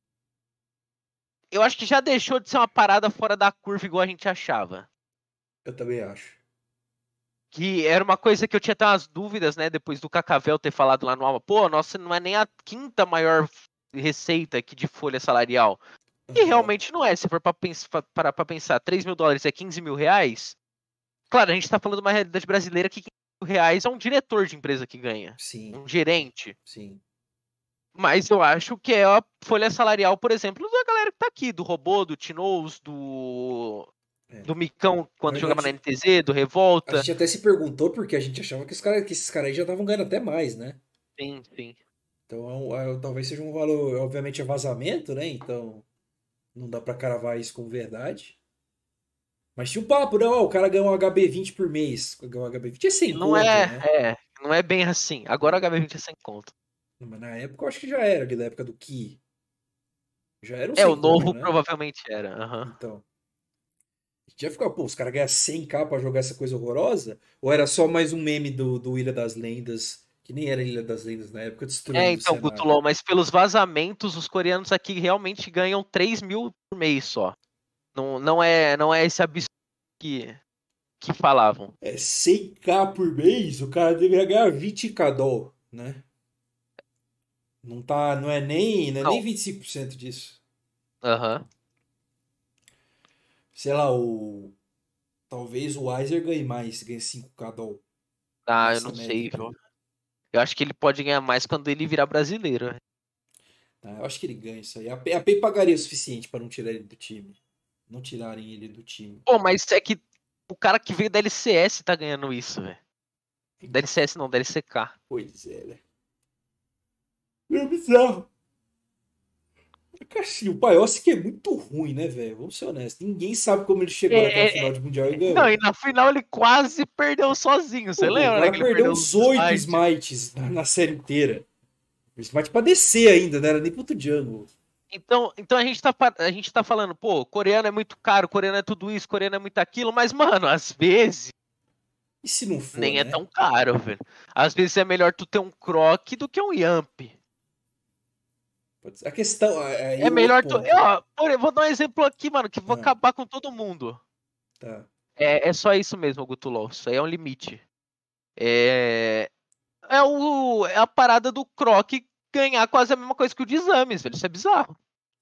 Eu acho que já deixou de ser uma parada fora da curva igual a gente achava. eu também acho. Que era uma coisa que eu tinha até umas dúvidas, né? Depois do Cacavel ter falado lá no Alma, pô, nossa, não é nem a quinta maior receita aqui de folha salarial. E Aham. realmente não é. Se for parar pra pensar, $3.000 é R$ 15.000. Claro, a gente tá falando de uma realidade brasileira que R$ 15.000 é um diretor de empresa que ganha. Sim, Um gerente. sim. Mas eu acho que é a folha salarial, por exemplo, da galera que tá aqui, do Robô, do Tinoz, É. do Micão, Na quando jogava na verdade, NTZ, do a Revolta. gente até se perguntou porque a gente achava que esses caras aí já estavam ganhando até mais, né? Sim, sim. Então, talvez seja um valor, obviamente é vazamento, né? Então, não dá pra cravar isso como verdade. Mas tinha um papo, né? Ó, o cara ganha um HB20 por mês. Ganha um HB20 é sem Não conto, é, né? não é bem assim. Agora o HB20 é sem conta. Mas na época eu acho que já era, ali na época do Ki. Já era um É, sem o conto, novo né? provavelmente era. Aham. Então. A gente já ficava, pô, os caras ganham 100k pra jogar essa coisa horrorosa? Ou era só mais um meme do Ilha das Lendas, que nem era Ilha das Lendas na época, É, destruindo o então, cenário? Gutulol, mas pelos vazamentos, os coreanos aqui realmente ganham 3.000 por mês só. Não é esse absurdo que falavam. É 100k por mês, o cara deveria ganhar 20k dólar, né? Não tá, não é nem Não. 25% disso. Aham. Sei lá, talvez o Weiser ganhe mais, ganhe 5k dólar Ah, eu nessa não sei, métrica. viu? Eu acho que ele pode ganhar mais quando ele virar brasileiro. Tá? Eu acho que ele ganha isso aí. A PEN pagaria o suficiente para não tirar ele do time. Não tirarem ele do time. Pô, mas é que o cara que veio da LCS tá ganhando isso, velho. Da LCS não, da LCK. Pois é, né? É bizarro. Cara, assim, o Paiossi que é muito ruim, né, velho? Vamos ser honestos. Ninguém sabe como ele chegou naquela É, final de Mundial e não, ganhou. e na final ele quase perdeu sozinho. Você Pô, o lembra, né? cara Que ele perdeu perdeu uns os 8 smites. smites na série inteira. Smite pra descer ainda, não era nem pro jungle. Então a gente tá falando, pô, coreano é muito caro, coreano é tudo isso, coreano é muito aquilo, mas, mano, às vezes E se não for, nem é né? tão caro, velho. Às vezes é melhor tu ter um Croc do que um Yamp. A questão, aí É o outro melhor tu. ponto. Eu vou dar um exemplo aqui, mano, que vou Ah, acabar com todo mundo. tá. É só isso mesmo, Gutulol. Isso aí é um limite. É a parada do Croc ganhar quase a mesma coisa que o de exames, velho. Isso é bizarro.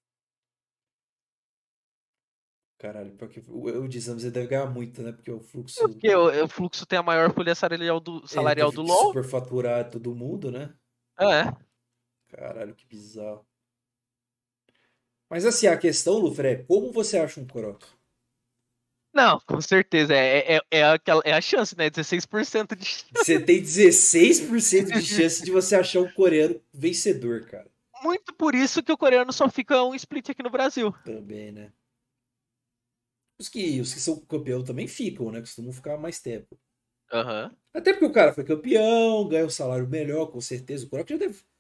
Caralho, pior que o de exames ele deve ganhar muito, né? Porque o É fluxo. porque o Fluxo tem a maior folha Ele salarial teve do que LoL. superfaturar todo mundo, né? É. Caralho, que bizarro. Mas assim, a questão, Luffy, é como você acha um Croc? Não, com certeza. É a chance, né? 16% de. Você tem 16% de chance de você achar um coreano vencedor, cara. Muito por isso que o coreano só fica um split aqui no Brasil. Também, né? Os que são campeão também ficam, né? Costumam ficar mais tempo. Aham. Até porque o cara foi campeão, ganha um salário melhor, com certeza. O Croc já deve.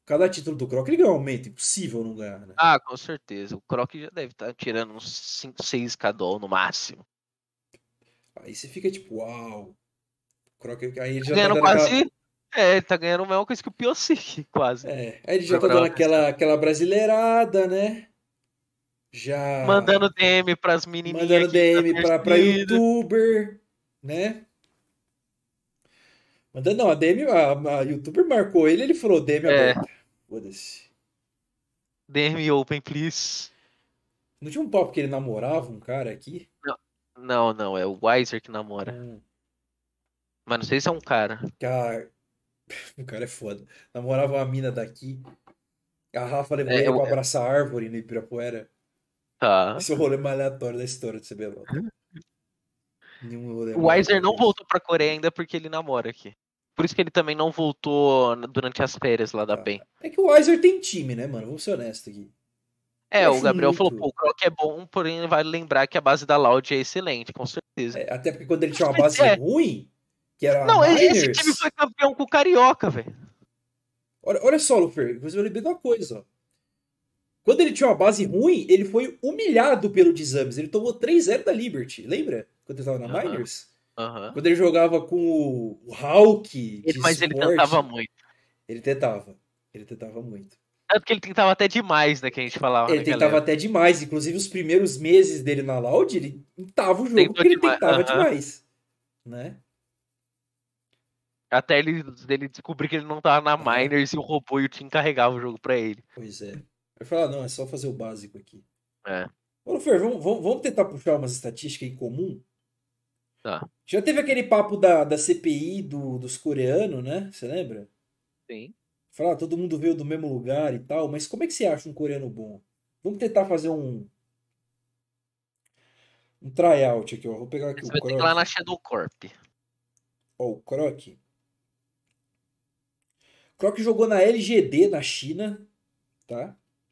Cada título do Croc ele ganha um aumento. Impossível não ganhar, né? Ah, com certeza. O Croc já deve estar tirando uns 5, 6 cada no máximo. Aí você fica tipo, uau. O Croc, aí ele Tá já tá ganhando dando aquela. quase. É, ele tá ganhando a mesma coisa que o Piocic, quase. Aí ele já Por tá dando parar pra pensar. aquela brasileirada, né? Já Mandando DM pras menininhas mandando aqui da DM pra torcida. youtuber, né? Mandando, não, a DM, a youtuber marcou ele falou DM É, aberta. Foda-se. DM open, please. Não tinha um papo que ele namorava um cara aqui? Não, não, não, é o Weiser que namora. Hum, Mas não sei se é um cara. cara, o cara é foda. Namorava uma mina daqui. A Rafa levou É, ele pra abraçar a árvore no Ibirapuera. tá. Esse é o rolê mais aleatório da história do CBLOL. Nenhum rolê O mais Weiser aleatório não que esse. voltou pra Coreia ainda porque ele namora aqui. Por isso que ele também não voltou durante as férias lá da Tá. PEN. É que o Weiser tem time, né, mano? Vamos ser honestos aqui. É, Eu o acho Gabriel falou, muito. pô, o Croc é bom, porém vale lembrar que a base da Loud é excelente, com certeza. Até porque quando ele tinha uma base É, ruim, que era a não, esse time Miners. foi campeão com o Carioca, velho. Olha só, Lufer, inclusive eu lembrei de uma coisa, ó. Quando ele tinha uma base ruim, ele foi humilhado pelo Desames. Ele tomou 3-0 da Liberty. Lembra? Quando ele tava na Aham, Miners? aham. Quando ele jogava com o Hulk de Mas ele tentava suporte. muito. Ele tentava. Ele tentava muito. Tanto que ele tentava até demais, né, que a gente falava Ele naquela tentava época. até demais. Inclusive, os primeiros meses dele na Loud, ele tentava o jogo Tentou porque ele demais. tentava Aham. demais. Né? Até ele descobrir que ele não tava na Aham. Miners e o robô e o Team carregava o jogo pra ele. Pois é. Eu falava, não, é só fazer o básico aqui. É, Ô, Fer, vamos tentar puxar umas estatísticas em comum? tá. Já teve aquele papo da CPI dos coreanos, né? Você lembra? Sim. Falar, todo mundo veio do mesmo lugar e tal, mas como é que você acha um coreano bom? Vamos tentar fazer um tryout aqui, ó. Vou pegar aqui Você o vai ter que ir lá Croc. na Shadow Corp. Ó, o Croc. Croc jogou na LGD na China, tá?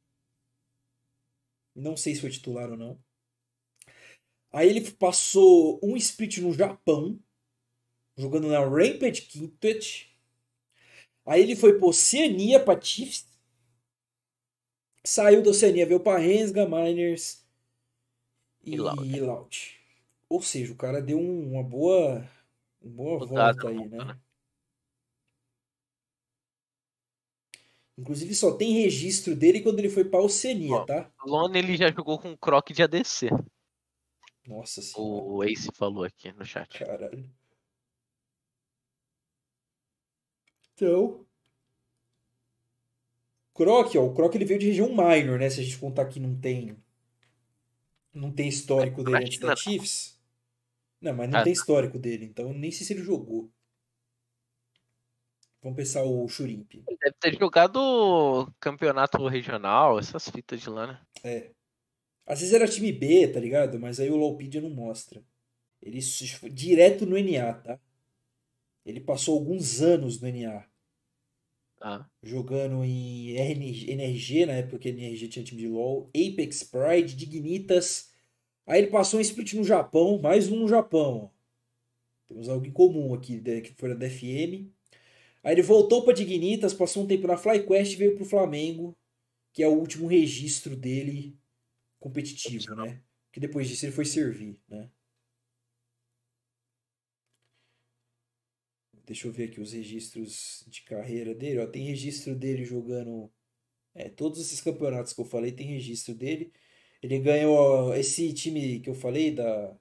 Não sei se foi titular ou não. Aí ele passou um split no Japão, jogando na Rampage Quintet. Aí ele foi pra Oceania, pra Chiefs. Saiu da Oceania, veio pra Rensga, Miners E Loud. e Loud. Ou seja, o cara deu uma boa Mudado volta no aí, mundo, né? né? Inclusive só tem registro dele quando ele foi pra Oceania, Ó, tá? Lone ele já jogou com Croc de ADC. Nossa senhora, O Ace falou aqui no chat. caralho. Então, Croc, ó, o Croc ele veio de região minor, né? Se a gente contar que não tem histórico Na dele antes da China, não. Chiefs. Não, mas não Ah, tem histórico dele, então nem sei se ele jogou. Vamos pensar o Churimp. ele deve ter jogado campeonato regional, essas fitas de lá, né? É. Às vezes era time B, tá ligado? Mas aí o Lawpedia não mostra. Ele foi direto no NA, tá? Ele passou alguns anos no NA. Ah, Jogando em NRG, na época que a NRG tinha time de LoL. Apex Pride, Dignitas. Aí ele passou um split no Japão, mais um no Japão. Temos algo em comum aqui, que foi na DFM. Aí ele voltou para Dignitas, passou um tempo na FlyQuest e veio pro Flamengo, que é o último registro dele competitivo, né? Que depois disso ele foi servir, né? Deixa eu ver aqui os registros de carreira dele. Ó, tem registro dele jogando. Todos esses campeonatos que eu falei tem registro dele. Ele ganhou esse time que eu falei da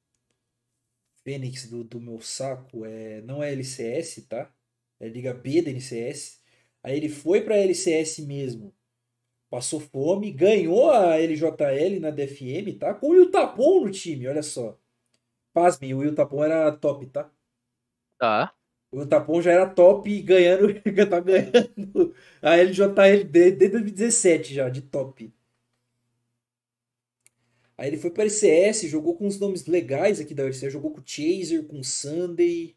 Fênix do meu saco. Não é LCS, tá? É Liga B da LCS. Aí ele foi pra LCS mesmo. Passou fome, ganhou a LJL na DFM, tá? Com o Yutapon no time, olha só. Pasmem, o Yutapon era top, tá? tá. O Tapon já era top ganhando, tá ganhando a LJL desde 2017 já, de top. Aí ele foi para LCS, jogou com os nomes legais aqui da LCS, jogou com o Chaser, com o Sunday,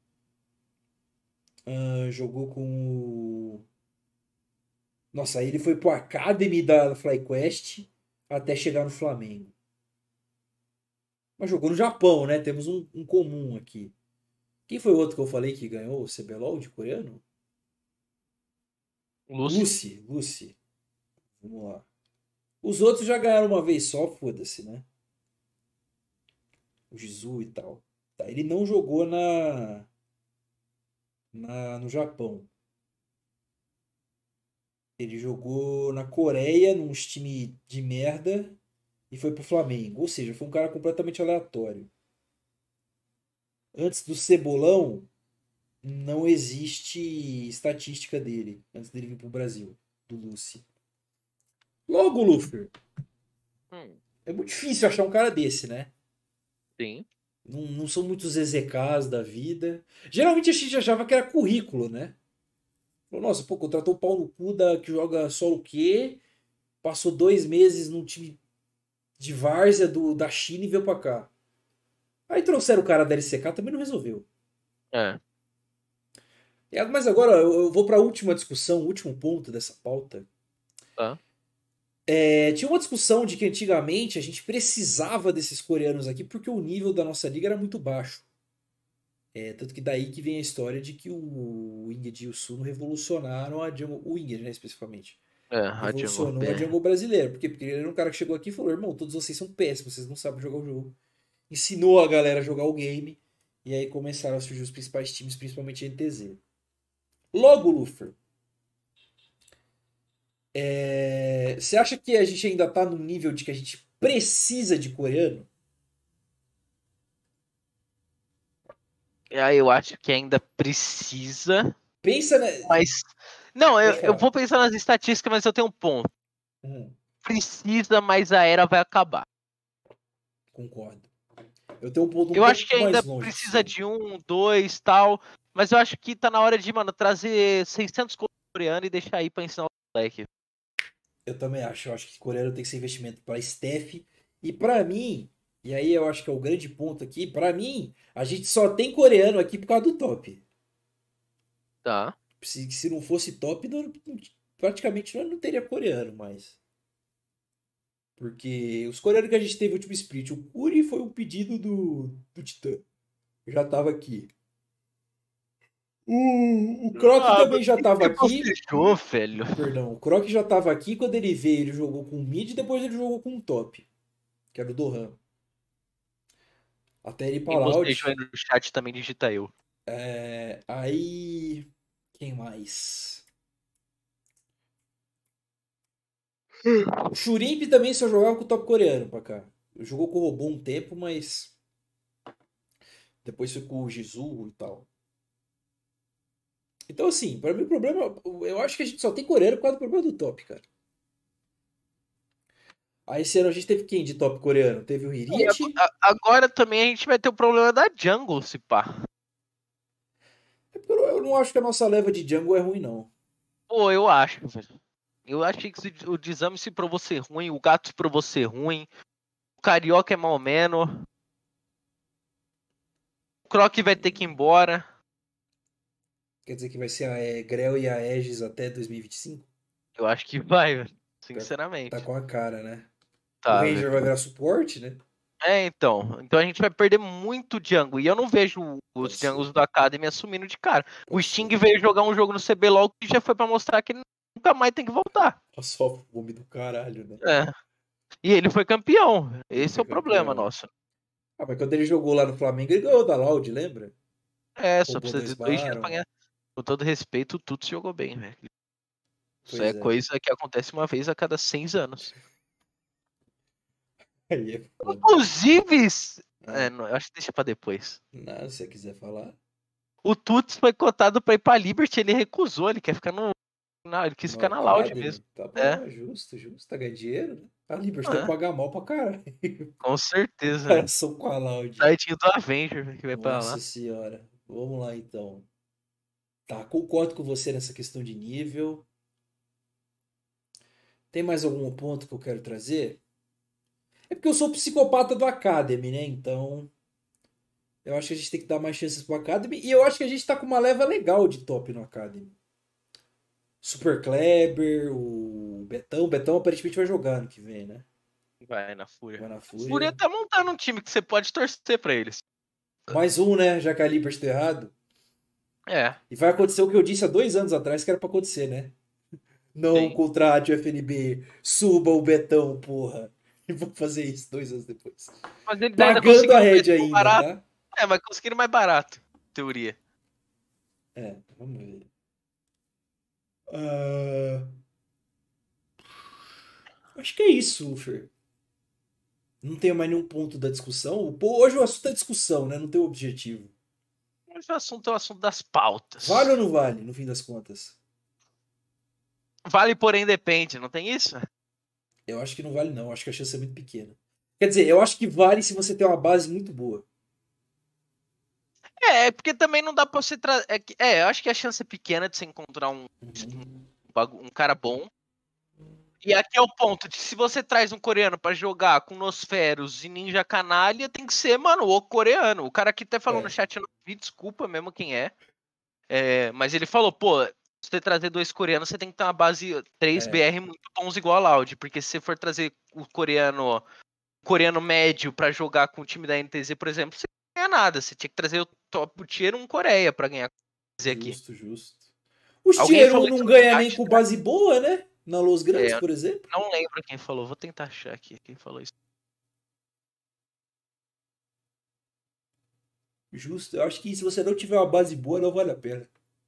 jogou com o... Nossa, aí ele foi pro Academy da FlyQuest até chegar no Flamengo. Mas jogou no Japão, né? Temos um comum aqui. Quem foi o outro que eu falei que ganhou o CBLOL de coreano? Lúcio. Lucy. Vamos lá. Os outros já ganharam uma vez só, foda-se, né? O Jizu e tal. Tá, ele não jogou no Japão. Ele jogou na Coreia, num time de merda, e foi pro Flamengo. Ou seja, foi um cara completamente aleatório. Antes do Cebolão, não existe estatística dele, antes dele vir pro Brasil, do Lucy. Logo, Luffy, Hum, é muito difícil achar um cara desse, né? sim. Não são muitos EZKs da vida. Geralmente a gente achava que era currículo, né? Falou, nossa, pô, contratou o pau no cu que joga só o quê? Passou 2 meses num time de várzea da China e veio pra cá. Aí trouxeram o cara da LCK, também não resolveu. É. Mas agora eu vou pra última discussão, o último ponto dessa pauta. Tá. Tinha uma discussão de que antigamente a gente precisava desses coreanos aqui porque o nível da nossa liga era muito baixo. Tanto que daí que vem a história de que o Winged e o Suno revolucionaram a jungle, o Winged, né, especificamente. É, a Jungle. Revolucionou a jungle brasileira. Por quê? Porque ele era um cara que chegou aqui e falou, irmão, todos vocês são péssimos, vocês não sabem jogar o jogo. Ensinou a galera a jogar o game. E aí começaram a surgir os principais times, principalmente a NTZ. Logo, Luffy, você acha que a gente ainda tá no nível de que a gente precisa de coreano? E aí eu acho que ainda precisa, Pensa, né? mas. Não, eu, Pode eu falar. vou pensar nas estatísticas, mas eu tenho um ponto. Hum, Precisa, mas a era vai acabar. concordo. Eu tenho um ponto um Eu acho que pouco ainda mais longe que precisa seu. de 1, 2, tal. Mas eu acho que tá na hora de, mano, trazer 600 coreanos e deixar aí pra ensinar o moleque. Eu também acho. Eu acho que coreano tem que ser investimento para staff. E para mim, e aí eu acho que é o grande ponto aqui, para mim, a gente só tem coreano aqui por causa do top. Tá. Se não fosse top, praticamente não teria coreano mais. Porque os coreanos que a gente teve no último split, o Kuri foi um pedido do Titã. Já tava aqui. O Croc Ah, também mas já que tava você aqui. bocejou, velho? Perdão, o Croc já tava aqui. Quando ele veio, ele jogou com o mid e depois ele jogou com o top, que era o Dohan. Até ele ir pra Quem bocejou Loud. aí no chat também digita eu. Aí. Quem mais? O Shurimp também só jogava com o top coreano pra cá. Jogou com o robô um tempo, mas. Depois foi com o Jizu e tal. Então, assim, pra mim o problema. Eu acho que a gente só tem coreano por causa do problema do top, cara. Aí esse ano a gente teve quem de top coreano? Teve o E Hirit. agora também a gente vai ter o problema da jungle, se pá. Eu não acho que a nossa leva de jungle é ruim, não. Pô, eu acho, velho. Eu achei que o Dizame se provou ser ruim, o Gato se provou ser ruim, o Carioca é mal menos, o Croc vai ter que ir embora. Quer dizer que vai ser a Grell e a Aegis até 2025? Eu acho que vai, velho. Tá Sinceramente. com a cara, né? O Tá, Ranger vai velho. virar suporte, né? Então. Então a gente vai perder muito jungle. E eu não vejo os Pode ser. jungles do Academy assumindo de cara. O Pode Sting ser. veio jogar um jogo no CBLOL que já foi pra mostrar que ele nunca mais tem que voltar. Só fome do caralho, né? É. E ele foi campeão. Ele Esse é foi o problema campeão. nosso. Ah, mas quando ele jogou lá no Flamengo, ele ganhou da Loud, lembra? É, só Roubou precisa dois de 2 dias pra Baron. ganhar. Com todo respeito, o Tuts jogou bem, velho. Isso é Pois é. coisa que acontece uma vez a cada 6 anos. Aí é foda. Inclusive, Ah, não, eu acho que deixa pra depois. nada, se você quiser falar. O Tuts foi cotado pra ir pra Liberty, ele recusou, ele quer ficar no. Não, ele quis No ficar na Loud mesmo. Academy. Tá É, bom, é justo, justo. Tá ganhando dinheiro, né? A Liberty deve é, pagar mal pra caralho. com certeza, Cara, velho. são com a Loud. Saitinho do Avenger que vai pra Nossa lá. senhora. Vamos lá então. Tá, concordo com você nessa questão de nível. Tem mais algum ponto que eu quero trazer? É porque eu sou psicopata do Academy, né? Então, eu acho que a gente tem que dar mais chances pro Academy. E eu acho que a gente tá com uma leva legal de top no Academy. Super Kleber, o Betão. O Betão aparentemente vai jogar no que vem, né? Vai na Fúria. Vai na A Fúria Fúria. tá montando um time que você pode torcer pra eles. Mais um, né? Já que a Liberty deu errado. É. E vai acontecer o que eu disse há 2 anos atrás que era pra acontecer, né? Não Sim. contrate o FNB, suba o Betão, porra. E vou fazer isso 2 anos depois. Mas eles ainda Pagando a conseguiram rede mais ainda, barato. tá? É, mas conseguiram mais barato, em teoria. É, vamos ver. Ah, acho que é isso, Fer. Não tenho mais nenhum ponto da discussão. Pô, hoje o assunto é discussão, né? Não tem objetivo. Mas o assunto é o assunto das Vale pautas. ou não vale, no fim das contas? Vale, porém depende, não tem isso? Eu acho que não vale, não. Acho que a chance é muito pequena. Quer dizer, eu acho que vale se você tem uma base muito boa. É, porque também não dá pra você trazer. Eu acho que a chance é pequena de você encontrar um cara bom. E aqui é o ponto de se você traz um coreano pra jogar com Nosferos e Ninja Canalha, tem que ser, mano, o coreano. O cara aqui até falou no É, chat, eu não vi, desculpa mesmo quem é. Mas ele falou, pô, se você trazer 2 coreanos, você tem que ter uma base 3 é, BR muito bons igual a Loud. Porque se você for trazer o coreano médio pra jogar com o time da NTZ, por exemplo, você não ganha nada. Você tinha que trazer o top tier 1 Coreia pra ganhar a NTZ aqui. justo, justo. Os Alguém Tier falou 1 não isso no ganha nem chat, com tá? base boa, né? Na Los Grandes, É, por exemplo. não lembro quem falou, vou tentar achar aqui quem falou isso. Justo. Eu acho que se você não tiver uma base boa, não vale a pena.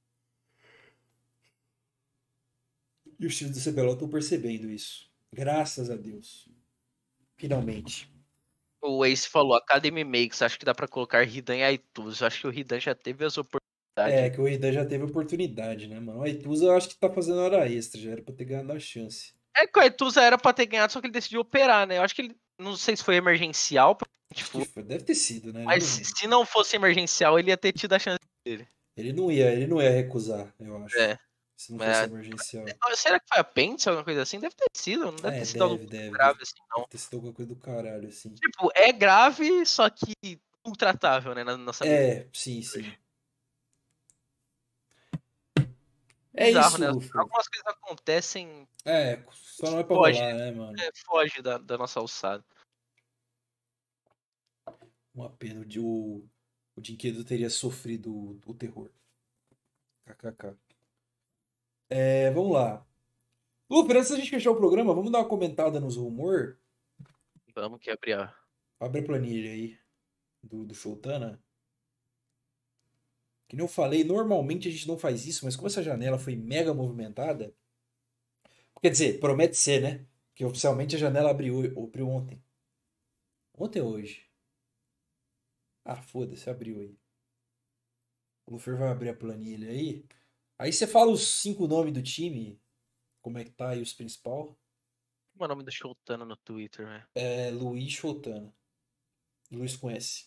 E os times do CBLOL estão percebendo isso. Graças a Deus. Finalmente. O Ace falou, Academy Makes, acho que dá pra colocar Hidan e Aituz. Acho que o Hidan já teve as É, oportunidades. que o Idan já teve oportunidade, né, mano? O Aituza eu acho que tá fazendo hora extra, já era pra ter ganhado a chance. É que o Aituz era pra ter ganhado, só que ele decidiu operar, né? Eu acho que ele, não sei se foi emergencial, Acho que tipo, foi, deve ter sido, né? Ele mas não, se não fosse emergencial, ele ia ter tido a chance dele. ele não ia recusar, eu acho. É, Se não fosse mas, emergencial. será que foi apêndice, alguma coisa assim? Deve ter sido, não deve É, ter sido algo deve, muito deve, grave deve, assim, deve não. ter sido alguma coisa do caralho, assim. Tipo, é grave, só que ultratável, né, na nossa medicina É, sim, sim. hoje. É Bizarro, né? isso, Luffy. Algumas coisas acontecem É, só não é pra foge, rolar, né, mano? foge da nossa alçada. Uma pena, o Dinquedo teria sofrido o terror. KKK. É, vamos lá. Luffy, antes da gente fechar o programa, vamos dar uma comentada nos rumores. Vamos que abrir a... Abre a planilha aí do Showtana. Que nem eu falei, normalmente a gente não faz isso, mas como essa janela foi mega movimentada, quer dizer, promete ser, né? Que oficialmente a janela abriu ontem. Ontem ou hoje? Ah, foda-se, abriu aí. O Luffy vai abrir a planilha aí. Aí você fala os 5 nomes do time, como é que tá aí os principal. Como é o nome do Showtano no Twitter, velho? É Luiz Showtana. Luiz conhece.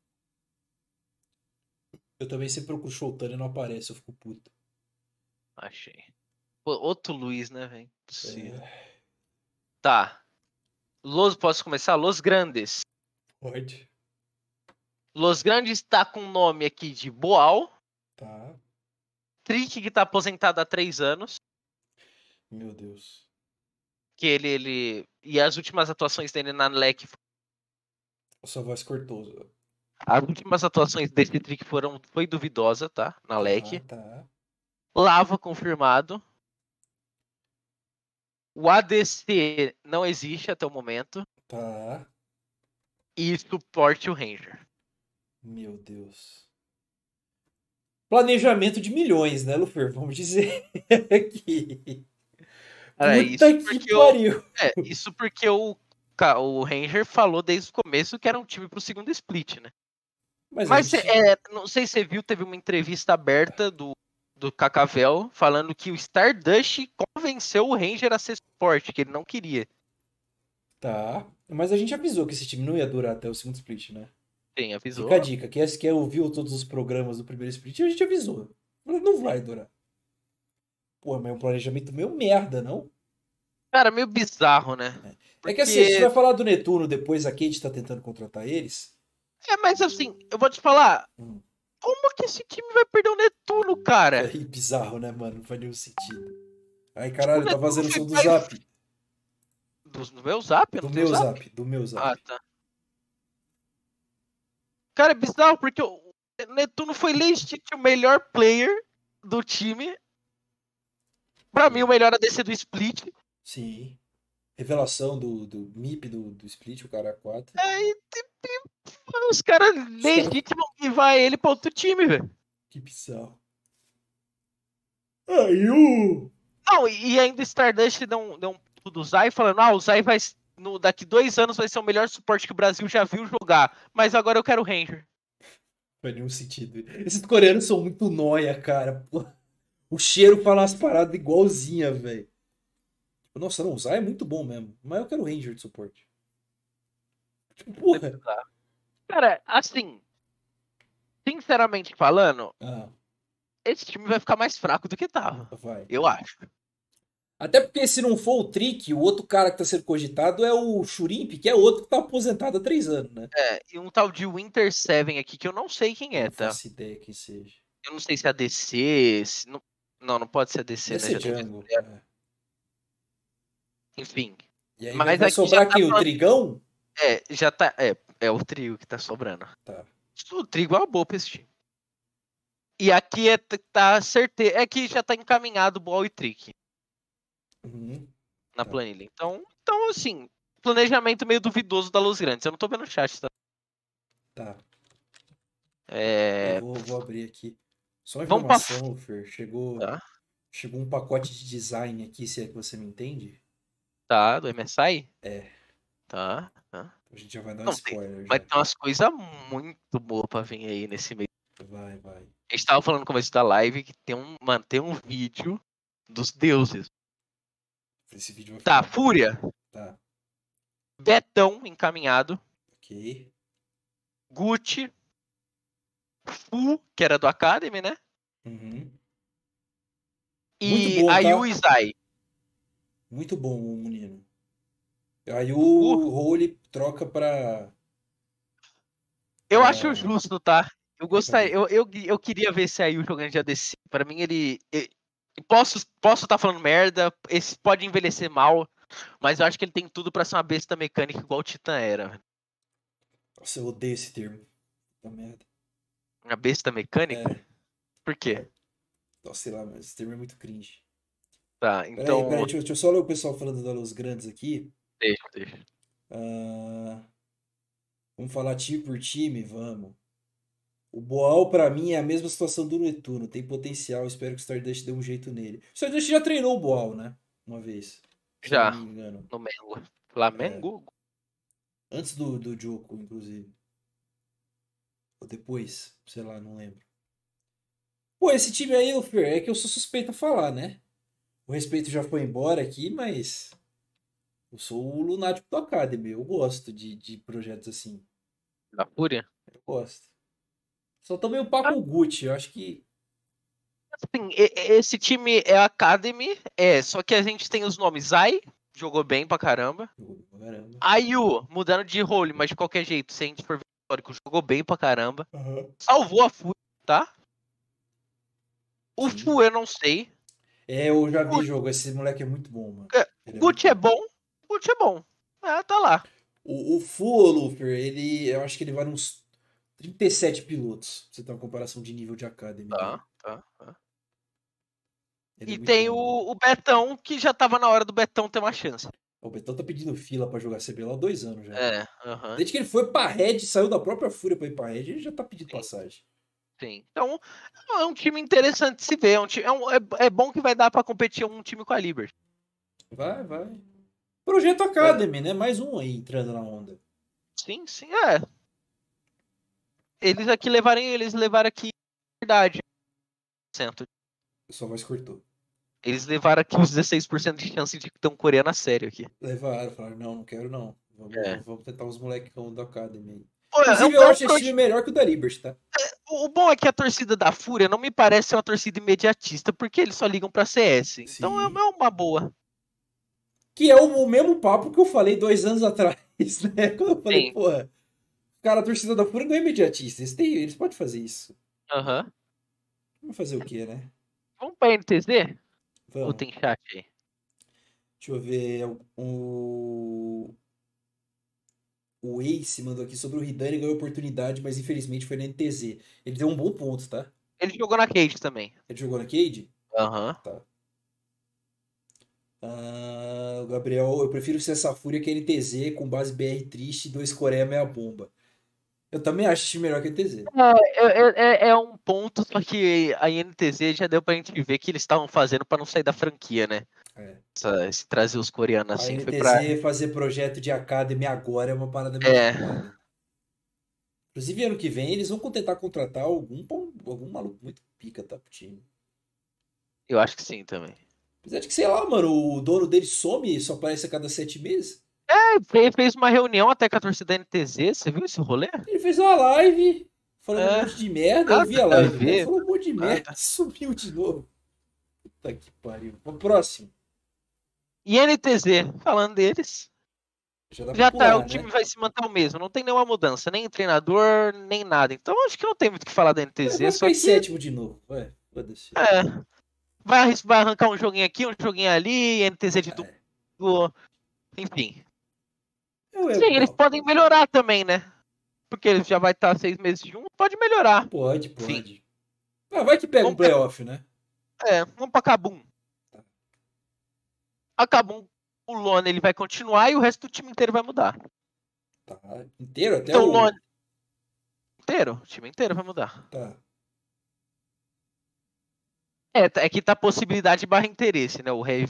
Eu também sempre procuro Showtana e não aparece, eu fico puto. Achei. Pô, outro Luiz, né, velho? Possível. É, Tá. Posso começar? Los Grandes. pode. Los Grandes tá com o nome aqui de Boal. Tá. Trick, que tá aposentado há 3 anos. Meu Deus. Que ele. E as últimas atuações dele na LEC. A sua voz cortou. As últimas atuações desse Trick foi duvidosa, tá? Na Tá, LEC. tá. Lava confirmado. O ADC não existe até o momento. Tá. E suporte o Ranger. Meu Deus. Planejamento de milhões, né, Lufer? Vamos dizer aqui. Cara, Puta que pariu. isso porque o Ranger falou desde o começo que era um time pro segundo split, né? Mas a Mas gente. não sei se você viu, teve uma entrevista aberta do Cacavel falando que o Stardust convenceu o Ranger a ser suporte, que ele não queria. Tá. Mas a gente avisou que esse time não ia durar até o segundo split, né? Quem Fica a avisou? dica. Quem ouviu todos os programas do primeiro split, a gente avisou. Não vai durar. Pô, mas é um planejamento meio merda, não? Cara, meio bizarro, né? É que assim, a gente Porque. vai falar do Netuno depois, a Kate tá tentando contratar eles. Mas assim, eu vou te falar. Hum. Como que esse time vai perder o Netuno, cara? É bizarro, né, mano? Não faz nenhum sentido. Ai, Tipo, o caralho, tá Netuno fazendo o foi som do pai. Zap. Do meu zap? Eu Do não tenho meu zap? Zap, do meu Zap. Ah, tá. Cara, é bizarro, porque o Netuno foi legítimo o melhor player do time. Pra mim, o melhor ADC do Split. Sim. Revelação do MIP do Split, o cara 4. É, os caras Os caras. legitimam e vai ele pra outro time, velho. Que bizarro. Aí o. Não, e ainda Stardust deu um pulo do Zai falando, o Zai vai. Daqui 2 anos vai ser o melhor suporte que o Brasil já viu jogar. Mas agora eu quero o Ranger. Faz nenhum sentido. Esses coreanos são muito nóia, cara. Pô. O cheiro fala umas paradas igualzinha, velho. Nossa, não, o Zay é muito bom mesmo. Mas eu quero o Ranger de suporte. Tipo, porra. Cara, assim, sinceramente falando, Ah, esse time vai ficar mais fraco do que tava. vai. Eu acho. Até porque se não for o Trick, o outro cara que tá sendo cogitado é o Shurimp, que é outro que tá aposentado há 3 anos, né? É, e um tal de Winter Seven aqui que eu não sei quem é, Não tá? faço ideia quem seja. Eu não sei se é ADC. Não pode ser ADC, Deve né? ser Já tem Jungle. É. Enfim. E aí Mas vai aqui já sobrar tá quem? O falando. Trigão? Já tá. É o trio que tá sobrando. Tá. O trigo é uma boa pra esse time. E aqui tá certeza. É que já tá encaminhado o Ball e Trick Uhum. na Tá. planilha. Então, assim, planejamento meio duvidoso da Luz Grandes. Eu não tô vendo o chat, tá? Tá. É, Eu vou abrir aqui. Só uma vamos pra. informação, Fer. Tá, Chegou um pacote de design aqui, se é que você me entende. tá, do MSI? É. Tá. A gente já vai dar um Não, spoiler mas já. tem umas coisas muito boas pra vir aí nesse meio. Vai. A gente tava falando no começo da live que tem um vídeo dos deuses. Esse vídeo vai Tá, ficar bom. Fúria, Tá. Betão encaminhado, Ok. Gucci, Fu, que era do Academy, né? Uhum. Muito E bom, Ayu tá? e Zai. Muito bom o menino. Aí Fu, o Role troca pra. eu acho pra. justo, tá? Eu gostaria, Cadê? eu queria ver esse Ayu jogando de ADC. Pra mim, posso estar falando merda, esse pode envelhecer mal, mas eu acho que ele tem tudo pra ser uma besta mecânica igual o Titã era. Nossa, eu odeio esse termo. Puta merda. Uma besta mecânica? É. Por quê? Nossa, sei lá, mas esse termo é muito cringe. Tá, Peraí, então. deixa eu só ler o pessoal falando da Luz Grandes aqui. Deixa. Ah, vamos falar time por time? Vamos. O Boal, pra mim, é a mesma situação do Netuno. Tem potencial, espero que o Stardust dê um jeito nele. O Stardust já treinou o Boal, né? Uma vez. Se eu não Já, me engano. no Mengo. É. Flamengo? Antes do Joko, inclusive. Ou depois, sei lá, não lembro. Pô, esse time aí, ô Fer, é que eu sou suspeito a falar, né? O respeito já foi embora aqui, mas eu sou o lunático do Academy. Eu gosto de projetos assim. Da Fúria? Eu gosto. Só tô meio pá com o Gucci. Eu acho que. Assim, esse time é Academy, só que a gente tem os nomes Zai, jogou bem pra caramba. Caramba. Ayu, mudando de role, mas de qualquer jeito, se a gente for ver o histórico, jogou bem pra caramba. Aham. Salvou a Fúria, tá? O Sim. Fu eu não sei. É, eu já O vi jogo. Esse moleque é muito bom, mano. Ele é muito Gucci é bom. bom. O Gucci é bom. Tá lá. O Full Luffy, eu acho que ele vai uns 37 pilotos. Pra você ter uma comparação de nível de Academy dele. Tá. Ele é E muito tem bom, mano. o Betão, que já tava na hora do Betão ter uma chance. O Betão tá pedindo fila pra jogar CBLOL há 2 anos já. Aham. Desde que ele foi pra Red, saiu da própria Fúria pra ir pra Red, ele já tá pedindo Sim, passagem. sim. Então, é um time interessante de se ver. É bom que vai dar pra competir um time com a Liberty. Vai. Projeto Academy, né? Mais um aí entrando na onda. Sim. Eles levaram aqui verdade. Sua voz cortou. Eles levaram aqui os 16% de chance de ter um coreano a sério aqui. Levaram, falaram, não quero não. É. Vamos tentar uns molecão do Academy aí. Pô, Inclusive, eu acho esse time melhor que o da Liberty, tá? o bom é que a torcida da Fúria não me parece ser uma torcida imediatista, porque eles só ligam pra CS. Então é Sim. uma boa. Que é o mesmo papo que eu falei 2 anos atrás, né? Quando eu falei, Sim. porra, cara, a torcida da Fúria não é imediatista. Eles podem fazer isso. Aham. Vamos fazer o quê, né? Vamos pra NTZ? Ou Vamos. tem chat aí? Deixa eu ver. O Ace mandou aqui sobre o Hidani ganhou oportunidade, mas infelizmente foi na NTZ. Ele deu um bom ponto, tá? Ele jogou na Cage também. Ele jogou na Cade? Aham. Tá. Ah, o Gabriel, eu prefiro ser essa fúria que NTZ com base BR triste e 2 Coreia meia bomba. Eu também acho esse time melhor que NTZ. É um ponto, só que a INTZ já deu pra gente ver que eles estavam fazendo pra não sair da franquia, né? É. Esse trazer os coreanos A assim foi pra. NTZ fazer projeto de Academy agora é uma parada meio É, foda. Inclusive, ano que vem eles vão tentar contratar algum maluco muito pica, tá, pro time. eu acho que sim também. Apesar de que, sei lá, mano, o dono dele some e só aparece a cada 7 meses. Ele fez uma reunião até com a torcida da NTZ, você viu esse rolê? Ele fez uma live falando um É, monte de merda. Eu nada vi a a live, né? ver, Falou um monte de merda nada. e sumiu de novo. Puta que pariu. Vamos pro próximo. E NTZ, falando deles, Já dá pra já tá, o pular, time né? vai se manter o mesmo, não tem nenhuma mudança, nem treinador, nem nada. Então acho que não tem muito o que falar da Vai NTZ, ficar só em que sétimo de novo. Vai, foda-se. é, vai arrancar um joguinho aqui, um joguinho ali, NTZ de É. duplo, enfim. Sim, eles Bom, podem melhorar também, né? Porque eles já vai estar 6 meses juntos, pode melhorar. pode, Enfim, pode. Ah, vai que pega um vamos pra, playoff, né? vamos pra Kabum. A Kabum, o Lone ele vai continuar e o resto do time inteiro vai mudar. Tá. Inteiro até Então o o. Lone inteiro, o time inteiro vai mudar. Tá, É que tá possibilidade barra interesse, né? O Heavy.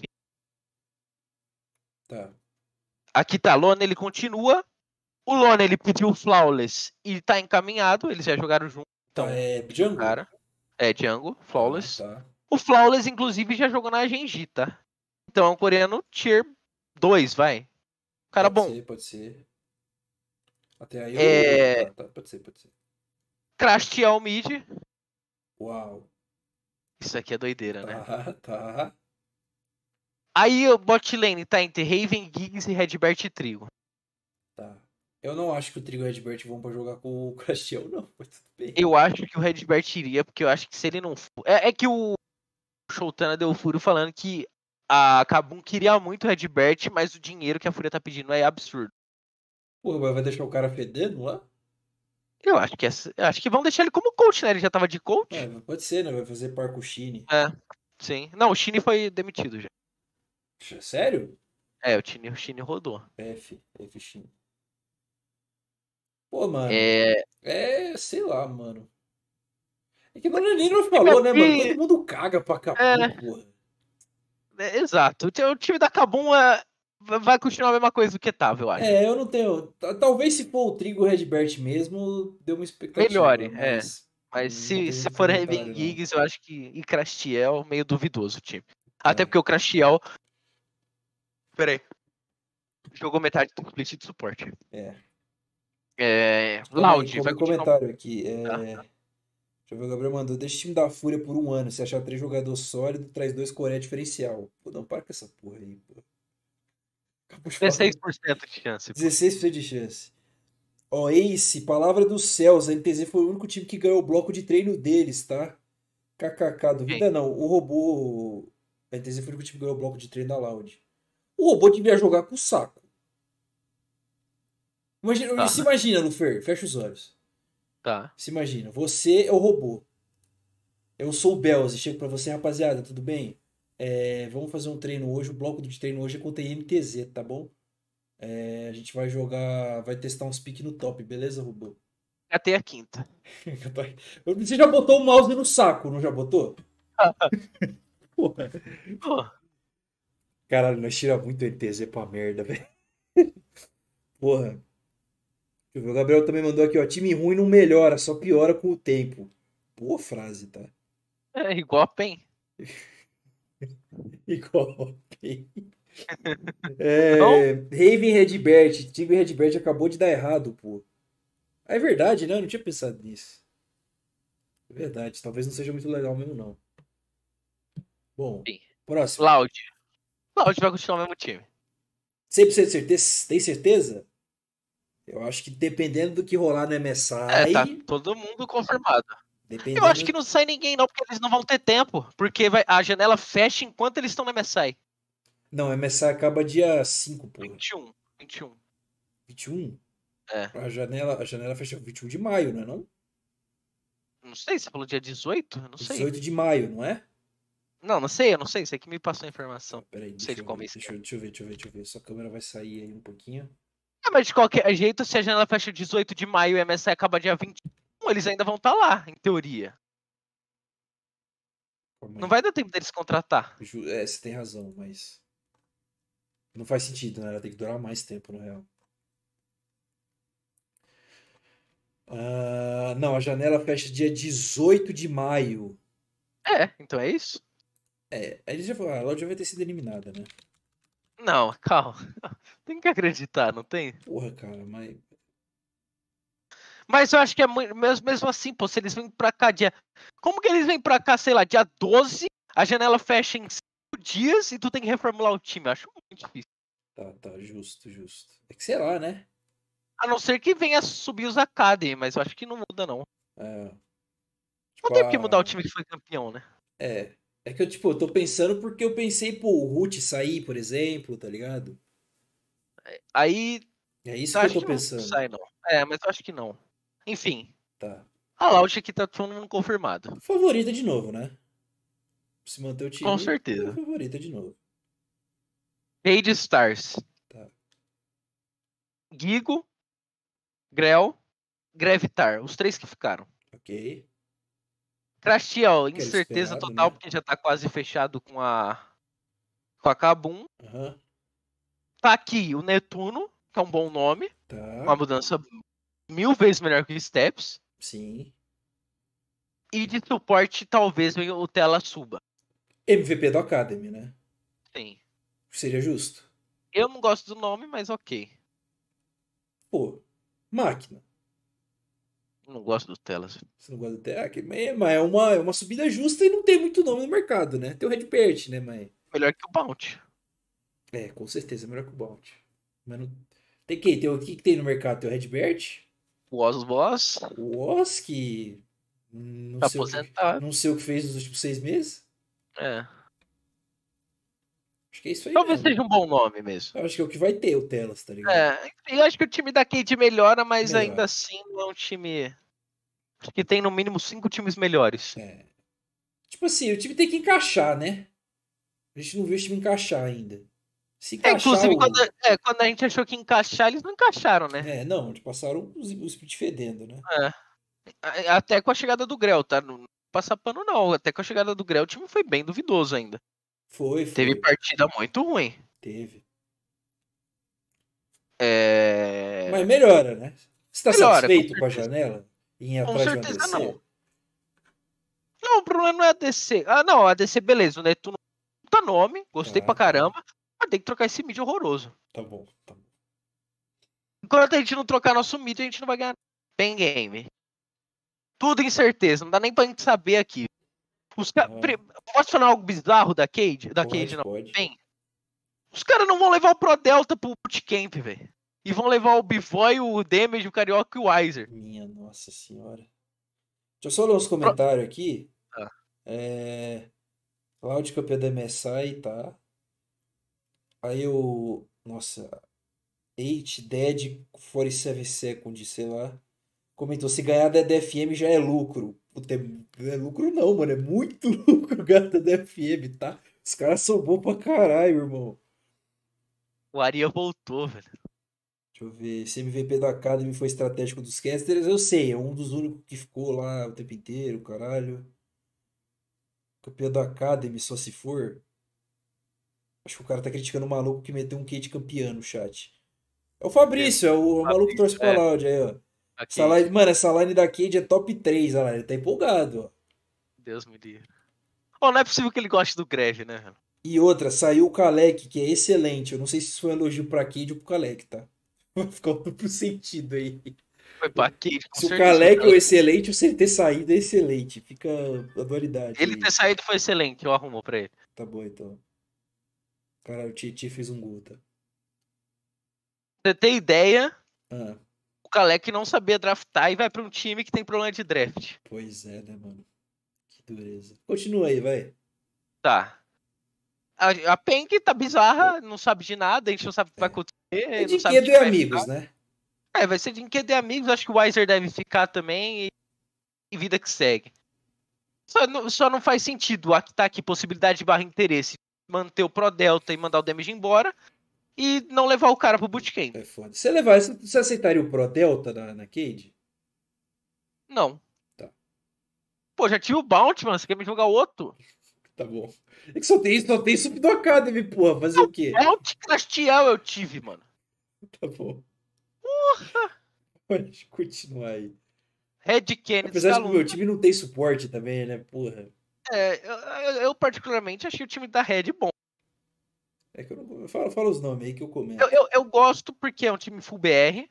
tá. Aqui tá, Lone ele continua. O Lone ele pediu o Flawless e tá encaminhado, eles já jogaram junto. Tá, Então, é Django? cara, é Django, Tá, Flawless. tá. O Flawless, inclusive, já jogou na Genji, tá? Então é um coreano tier 2, vai. Cara Pode bom. ser, pode ser. Até aí eu. É, Tá, tá, pode ser, pode ser. Crash Tiel Mid. Uau. Isso aqui é doideira, né? Tá, tá, Aí o bot lane tá entre Raven, Giggs e Redbert e Trigo. tá. Eu não acho que o Trigo e o Redbert vão pra jogar com o Crastiel, não, mas tudo bem. Eu acho que o Redbert iria, porque eu acho que se ele não for. É que o Showtana deu furo falando que a Kabum queria muito o Redbert, mas o dinheiro que a Fúria tá pedindo é absurdo. Porra, mas vai deixar o cara fedendo lá? Eu acho que vão deixar ele como coach, né? Ele já tava de É, coach. pode ser, né? Vai fazer par com o Shine. É, sim. Não, o Shinny foi demitido já. Sério? O Shinny rodou. F Shine. Pô, mano. É, Sei lá, mano. É que o Nanino time falou, né, mano? Todo aqui, mundo caga pra Capu, é, porra. exato. O time da Kabum vai continuar a mesma coisa do que tava, eu acho. Eu não tenho. Talvez se for o Trigo Redbert mesmo, deu uma expectativa, Melhore, mas Mas não tem se muito for Raven comentário, não. Giggs, eu acho que. E Crastiel, meio duvidoso o time. Até É, porque o Crastiel. Peraí. Jogou metade do split de suporte. é. Loud, vai Come continuar. comentário aqui. Tá? Deixa eu ver, o Gabriel mandou. Deixa o time da Fúria por um ano. Se achar 3 jogadores sólidos, traz 2 Coreia diferencial. Pô, não, para com essa porra aí, pô. Acabou de falar. 16% de chance, pô. 16% de chance. Ó, Ace, palavra dos céus. A NTZ foi o único time que ganhou o bloco de treino deles, tá? KKK, Quem? duvida não. O robô. A NTZ foi o único time que ganhou o bloco de treino da Loud. O robô devia jogar com o saco. Imagina, Tá, se imagina, Lufer, fecha os olhos. tá. Se imagina, você é o robô. Eu sou o Belzi, chego pra você, rapaziada, tudo bem? Vamos fazer um treino hoje. O bloco de treino hoje é contra a INTZ, tá bom? A gente vai jogar, vai testar uns piques no top, beleza, robô? Até a quinta. Você já botou o mouse no saco, não já botou? Porra. Pô, Caralho, nós tira muito NTZ pra merda, velho. Porra. Deixa eu ver, o Gabriel também mandou aqui, ó. Time ruim não melhora, só piora com o tempo. Boa frase, tá? é igual a PEN. Igual. Não? Raven Redbert. Tigo e Redbert acabou de dar errado, pô. É verdade, né? Eu não tinha pensado nisso. É verdade. Talvez não seja muito legal mesmo, não. Bom, Sim. próximo. Loud. Loud vai continuar o mesmo time. 100% de certeza? Tem certeza? Eu acho que dependendo do que rolar no Tá MSI, todo mundo confirmado. Eu acho que dependendo. não sai ninguém, não, porque eles não vão ter tempo. Porque a janela fecha enquanto eles estão no MSI. Não, MSI acaba dia 5, porra. 21. 21. 21? É. A janela fecha 21 de maio, não é não? Não sei, você falou dia 18? Eu não sei. 18 de maio, não é? Não sei, eu não sei. Você que me passou a informação. Tá, peraí, Não sei deixa de eu qual ver, mês que é. deixa eu ver. Sua câmera vai sair aí um pouquinho. Mas de qualquer jeito, se a janela fecha 18 de maio e o MSI acaba dia 21, eles ainda vão estar lá, em teoria. Calma Não aí. vai dar tempo deles contratar. Você tem razão, mas não faz sentido, né? Ela tem que durar mais tempo, na real. Não, a janela fecha dia 18 de maio. Então é isso? Aí eles já falaram, a Loud já vai ter sido eliminada, né? Não, calma. Tem que acreditar, não tem? Porra, cara, mas. Mas eu acho que é muito. Mesmo assim, pô, se eles vêm pra cá dia. Como que eles vêm pra cá, sei lá, dia 12, a janela fecha em 5 dias e tu tem que reformular o time? Eu acho muito difícil. Tá, justo, justo. É que sei lá, né? A não ser que venha subir os Academy, mas eu acho que não muda, não. É, Não tipo, tem porque mudar o time que foi campeão, né? É. É que eu, tipo, eu tô pensando porque eu pensei, pô, o Root sair, por exemplo, tá ligado? Aí, É isso eu que eu acho tô que não pensando. sai, não. Mas eu acho que não. Enfim, Tá. a Loud aqui tá todo mundo confirmado. Favorita de novo, né? Se manter o Com time, é certeza. favorita de novo. Cade Stars. Tá. Gigo, Grell, Grevitar. Os três que ficaram. Ok. Crashtiel, Que era incerteza esperado, total, né? porque já tá quase fechado com a Kabum. Aham. Tá aqui o Netuno, que é um bom nome. Uma Tá. mudança 1000 vezes melhor que o Steps. Sim. E de suporte, talvez venha o Tela suba. MVP do Academy, né? Sim. Seria justo. Eu não gosto do nome, mas ok. Pô, máquina. Não gosto do Telas. Você não gosta do Teak? Mas é uma subida justa e não tem muito nome no mercado, né? Tem o Redbert, né, mas. Melhor que o Bounty. Com certeza é melhor que o Bounty. Mas não. Tem quem? O que tem no mercado? Tem o Redbert, O Osboss o Oski. Não tá sei o que, aposentado. não sei o que fez nos últimos 6 meses. É. Acho que é isso aí Talvez mesmo. seja um bom nome mesmo. Eu acho que é o que vai ter o Telas, tá ligado? Eu acho que o time da Cade melhora, mas ainda Melhor. assim não é um time. Acho que tem no mínimo 5 times melhores. É. Tipo assim, o time tem que encaixar, né? A gente não viu o time encaixar ainda. Se encaixar Inclusive, o. quando a gente achou que ia encaixar, eles não encaixaram, né? Não, eles passaram o split fedendo, né? Até com a chegada do Grell, tá? Não passa pano, não. Até com a chegada do Grell, o time foi bem duvidoso ainda. Foi, Teve foi. partida muito ruim. Teve. Mas É... melhora, né? Você tá Melhora, com satisfeito com a certeza. janela? Em ir Com atrás de uma certeza não. DC? Não, o problema não é a DC. Ah, não, a DC, beleza. O Netuno tá nome, gostei pra Tá. caramba. Mas tem que trocar esse mid horroroso. Tá bom, tá bom. Enquanto a gente não trocar nosso mid, a gente não vai ganhar bem game. Tudo incerteza, não dá nem pra gente saber aqui. Aham. Posso falar algo bizarro da Cade? Da Pode, Cade não. pode. Bem, os caras não vão levar o Pro Delta pro bootcamp, velho. E vão levar o Bivoy, o Damage, o Carioca e o Weiser. Minha nossa senhora. Deixa eu só ler uns comentários aqui. Ah, É... Cláudio campeão da MSI, tá? Aí o. Nossa. 8 Dead 47 Seconds, sei lá. Comentou: se ganhar da DFM já é lucro. Puta, não é lucro não, mano. É muito lucro ganhar da DFM, tá? Os caras são bons pra caralho, irmão. o Aria voltou, velho. Deixa eu ver. Se MVP da Academy foi estratégico dos casters, eu sei. É um dos únicos que ficou lá o tempo inteiro, caralho. Campeão da Academy, só se for. Acho que o cara tá criticando o maluco que meteu um Kate campeão no chat. É o Fabrício, é o maluco que torce pra É, Loud aí, ó. a Essa Cade. line, mano, essa line da Cade é top 3, olha lá. Ele tá empolgado, ó. Deus me livre. Oh, não é possível que ele goste do Greve, né, velho? E outra, saiu o Kalec, que é excelente. Eu não sei se isso foi um elogio pra Cade ou pro Kalec, tá? Vai ficar um duplo sentido aí. Foi pra Cade, com Se o certeza. Kalec é o excelente, ou se ele ter saído é excelente. Fica a dualidade Ele aí. ter saído foi excelente, eu arrumo pra ele. Tá bom, então. Caralho, o Tietchan fez um gol, tá? Você tem ideia, Ah, o Kalec não sabia draftar e vai pra um time que tem problema de draft. pois é, né, mano? Que dureza. Continua aí, vai. Tá. A Penk tá bizarra, não sabe de nada, a gente não sabe o que vai É acontecer, não sabe Dinquedo quem e vai amigos, ficar. né? Vai ser de QD amigos, acho que o Weiser deve ficar também e vida que segue. Só não faz sentido tá aqui possibilidade de /interesse manter o Pro Delta e mandar o Damage embora e não levar o cara pro bootcamp. É foda. Se você levar, você aceitaria o Pro Delta na Cade? Não. Tá. Pô, já tinha o Bounty, mano. Você quer me jogar outro? Tá bom. É que só tem Sub do Academy, porra. Fazer o quê? Bounty Castiel eu tive, mano. Tá bom. Porra! Pode continuar aí. Red Kennedy, Apesar de que o meu Scalum. time não tem suporte também, né? Porra. Eu particularmente achei o time da Red bom. É que eu não. Fala os nomes aí que eu comento. Eu gosto porque é um time full BR.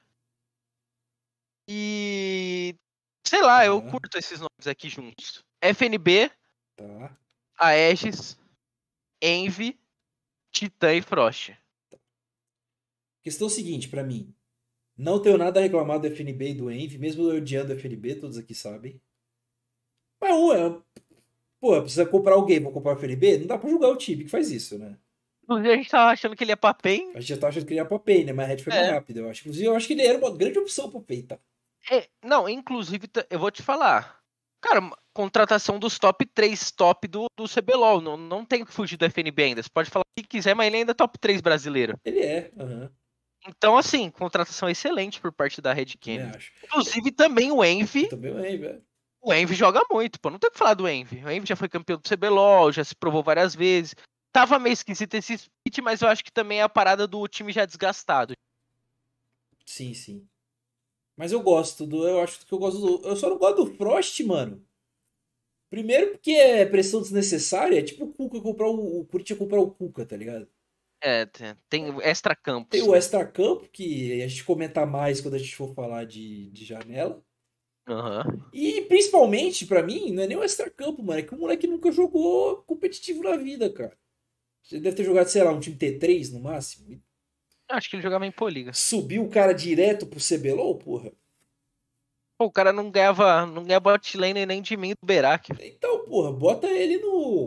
E. Sei lá, eu Aham. curto esses nomes aqui juntos. FNB, Tá. Aegis, Envy, Titã e Frost. Questão seguinte, pra mim. Não tenho nada a reclamar do FNB e do Envy, mesmo eu odiando o FNB, todos aqui sabem. Mas, pô, precisa comprar alguém pra comprar o FNB? Não dá pra julgar o time que faz isso, né? Inclusive, a gente tava achando que ele ia pra PEN. A gente já tava achando que ele ia pra Pay, né? Mas a Red foi mais É. rápido, eu acho. Inclusive, eu acho que ele era uma grande opção pro Pay, tá? Não, inclusive, eu vou te falar. Cara, contratação dos top 3 top do CBLOL. Não tem que fugir do FNB ainda. Você pode falar o que quiser, mas ele ainda é top 3 brasileiro. Ele é, aham. Então, assim, contratação excelente por parte da Red Também Kennedy. acho. Inclusive, também o Envy. Também o Envy, velho. O Envy joga muito, pô. Não tem o que falar do Envy. O Envy já foi campeão do CBLOL, já se provou várias vezes. Tava meio esquisito esse split, mas eu acho que também é a parada do time já desgastado. Sim, sim. Mas eu gosto do. Eu acho que eu gosto do. Eu só não gosto do Frost, mano. Primeiro porque é pressão desnecessária. É tipo o Cuca comprar o Corinthians comprar o Cuca, tá ligado? Tem extra Tem campos, o né? extra-campo, que a gente comenta mais quando a gente for falar de janela. Aham. E principalmente, pra mim, não é nem o extra-campo, mano. É que o moleque nunca jogou competitivo na vida, cara. Você deve ter jogado, sei lá, um time T3 no máximo. Acho que ele jogava em Poliga. Subiu o cara direto pro CBLOL, porra. Pô, o cara não ganhava bot lane nem de mim do Berak. Então, porra, bota ele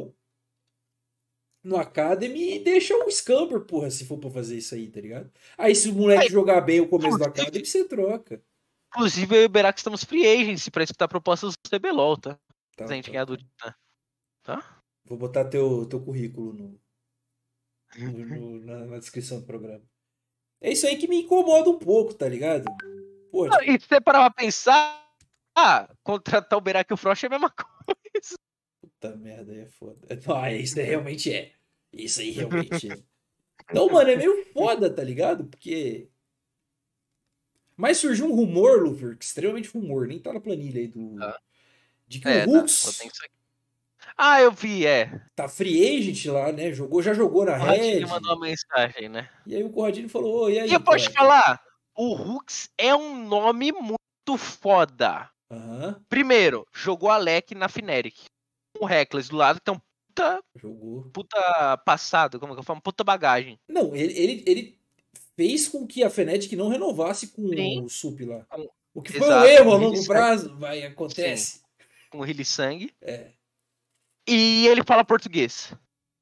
no Academy e deixa o Scamper, porra, se for pra fazer isso aí, tá ligado? Aí se o moleque Aí, jogar bem o começo do inclusive, Academy, você troca. inclusive, eu e o Berak estamos free agency pra escutar propostas do CBLOL, tá? Tá, Se a gente tá, ganhar tá. do Titã, tá? Vou botar teu currículo na descrição do programa. É isso aí que me incomoda um pouco, tá ligado? Pô, tipo, E se você parar pra pensar, contratar o Berak e o Frost é a mesma coisa. puta merda, aí é foda. Não, isso aí realmente é. Isso aí realmente é. Então, mano, é meio foda, tá ligado? Porque. Mas surgiu um rumor, Luffy, extremamente rumor, nem tá na planilha aí do. Ah, De que o tá. Só tem Hooks isso aqui. Ah, eu vi, tá free agent lá, né? Já jogou na O Ratinho mandou Red. uma mensagem, né? E aí o Corradini falou: Ô, e E eu aí, posso te craque? falar, o Hooks é um nome muito foda. Aham, Primeiro, jogou Alec na Fnatic. Um Reckless do lado, então jogou. puta passado, como que eu falo? Puta bagagem. Não, ele fez com que a Fnatic não renovasse Sim, com o Sup lá. com- O que foi um exato, erro com a o longo Sangue. prazo, vai, Sim, acontece. com o Sangue. É, E ele fala português.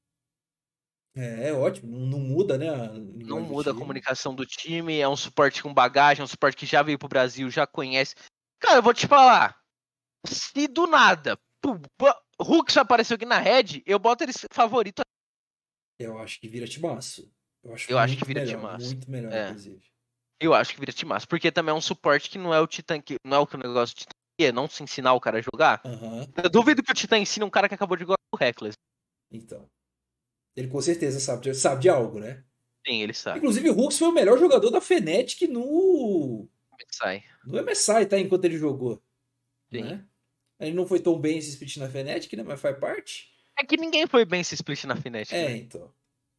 é ótimo, não muda, né, a Não linguagem do muda a time. comunicação do time, é um suporte com bagagem, é um suporte que já veio pro Brasil, já conhece. Cara, eu vou te falar, se do nada Hooks apareceu aqui na Red, eu boto ele favorito. Eu acho que vira timaço. Eu acho Eu acho que vira timaço. muito melhor, É, inclusive. eu acho que vira timaço, porque também é um suporte que não é o Titã, que não é o que o negócio do Titã é, não se ensinar o cara a jogar. Aham, Eu duvido que o Titã ensine um cara que acabou de jogar o Reckless. então. Ele com certeza sabe de algo, né? Sim, ele sabe. Inclusive, o Hux foi o melhor jogador da Fnatic Ele sai. no MSI, tá? Enquanto ele jogou, Sim. né? Ele não foi tão bem esse split na Fnatic, né? Mas faz parte. É que ninguém foi bem esse split na Fnatic, É, né? então.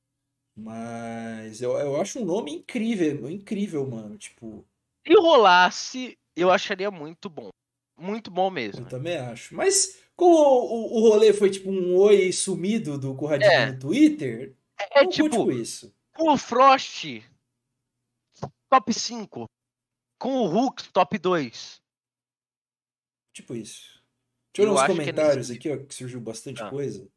Mas eu acho um nome incrível, incrível, mano. Tipo, Se rolasse, eu acharia muito bom. Muito bom eu mesmo. também acho. Mas como o rolê foi tipo um oi sumido do Corradini É, no Twitter, é não conte tipo, com isso. com o Frost, top 5. Com o Hulk, top 2. Tipo isso. Deixa eu ler Eu uns acho que é nesse comentários nível. aqui, ó, que surgiu bastante Tá. coisa.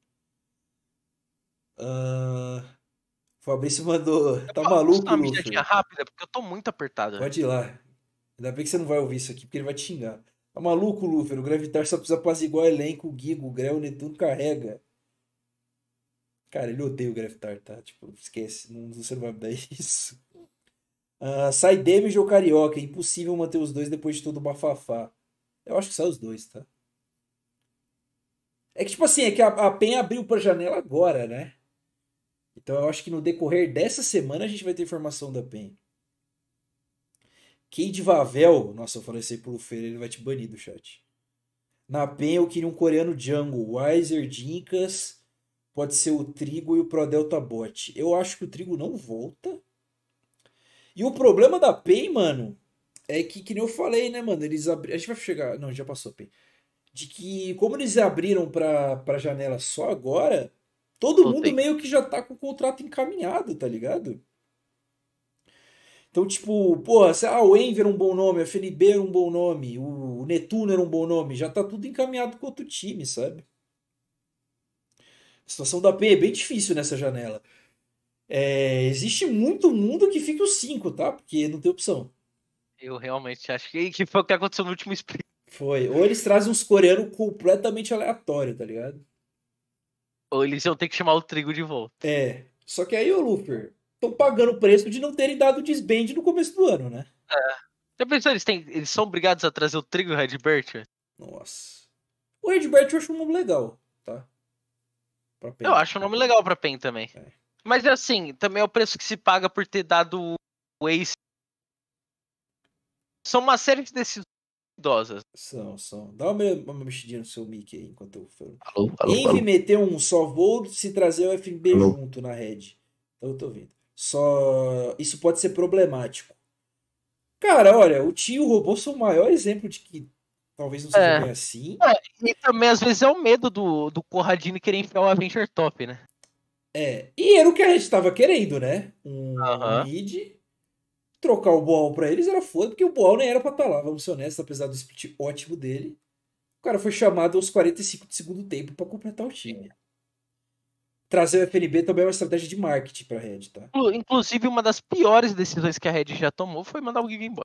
Ah, o Fabrício mandou. Eu Tá posso dar maluco, uma mijadinha Luffy? rápida, porque eu tô muito apertado, velho. Pode ir lá. Ainda bem que você não vai ouvir isso aqui, porque ele vai te xingar. Tá maluco, Luffy? O Gravitar só precisa apaziguar o elenco, o Gigo, o Grell, o Netuno carrega. Cara, ele odeia o Gravitar, tá? Tipo, esquece. Não, você não vai me dar isso. Sai Damage ou Carioca. É impossível manter os dois depois de todo o bafafá. Eu acho que sai os dois, tá? É que, tipo assim, é que a PEN abriu pra janela agora, né? Então eu acho que no decorrer dessa semana a gente vai ter informação da PEN. Cade Vavel. Nossa, eu falei isso aí pro Feira, ele vai te banir do chat. Na PEN eu queria um coreano jungle. Weiser, Dinkas. Pode ser o Trigo e o Prodelta Bot. Eu acho que o Trigo não volta. E o problema da PEN, mano, é que nem eu falei, né, mano? Eles abriram. A gente vai chegar. Não, já passou a PEN. De que, como eles abriram pra janela só agora, todo Não mundo tem. meio que já tá com o contrato encaminhado, tá ligado? Então, tipo, porra, o Enver era um bom nome, a FNB era um bom nome, o Netuno era um bom nome, já tá tudo encaminhado com outro time, sabe? A situação da PEN é bem difícil nessa janela. Existe muito mundo que fica os 5, tá? Porque não tem opção. Eu realmente acho que foi o que aconteceu no último split. Foi. Ou eles trazem uns coreanos completamente aleatórios, tá ligado? Ou eles iam ter que chamar o Trigo de volta. Só que aí, ô Luffy, estão pagando o preço de não terem dado disband no começo do ano, né? Já pensou, eles são obrigados a trazer o Trigo e o Redbert? Nossa. O Redbert eu acho um nome legal, tá? Pra Eu PEN. acho um nome legal pra PEN também. É. Mas assim, também é o preço que se paga por ter dado o Ace. São uma série de decisões idosas. São. Dá uma mexidinha no seu mic aí enquanto eu falo. Alô, alô, Envy alô. meteu um só voo se trazer o FNB Alô. junto na red. Então eu tô vendo. Só. Isso pode ser problemático. Cara, olha, o tio e o robô são o maior exemplo de que talvez não seja bem assim. E também às vezes é o medo do Corradini querer enfiar o Avenger top, né? E era o que a gente tava querendo, né? Um Aham. mid. Trocar o Boal pra eles era foda, porque o Boal nem era pra estar lá, vamos ser honestos, apesar do split ótimo dele. O cara foi chamado aos 45 de segundo tempo pra completar o time. Trazer o FNB também é uma estratégia de marketing pra Red, tá? Inclusive, uma das piores decisões que a Red já tomou foi mandar o Giga embora.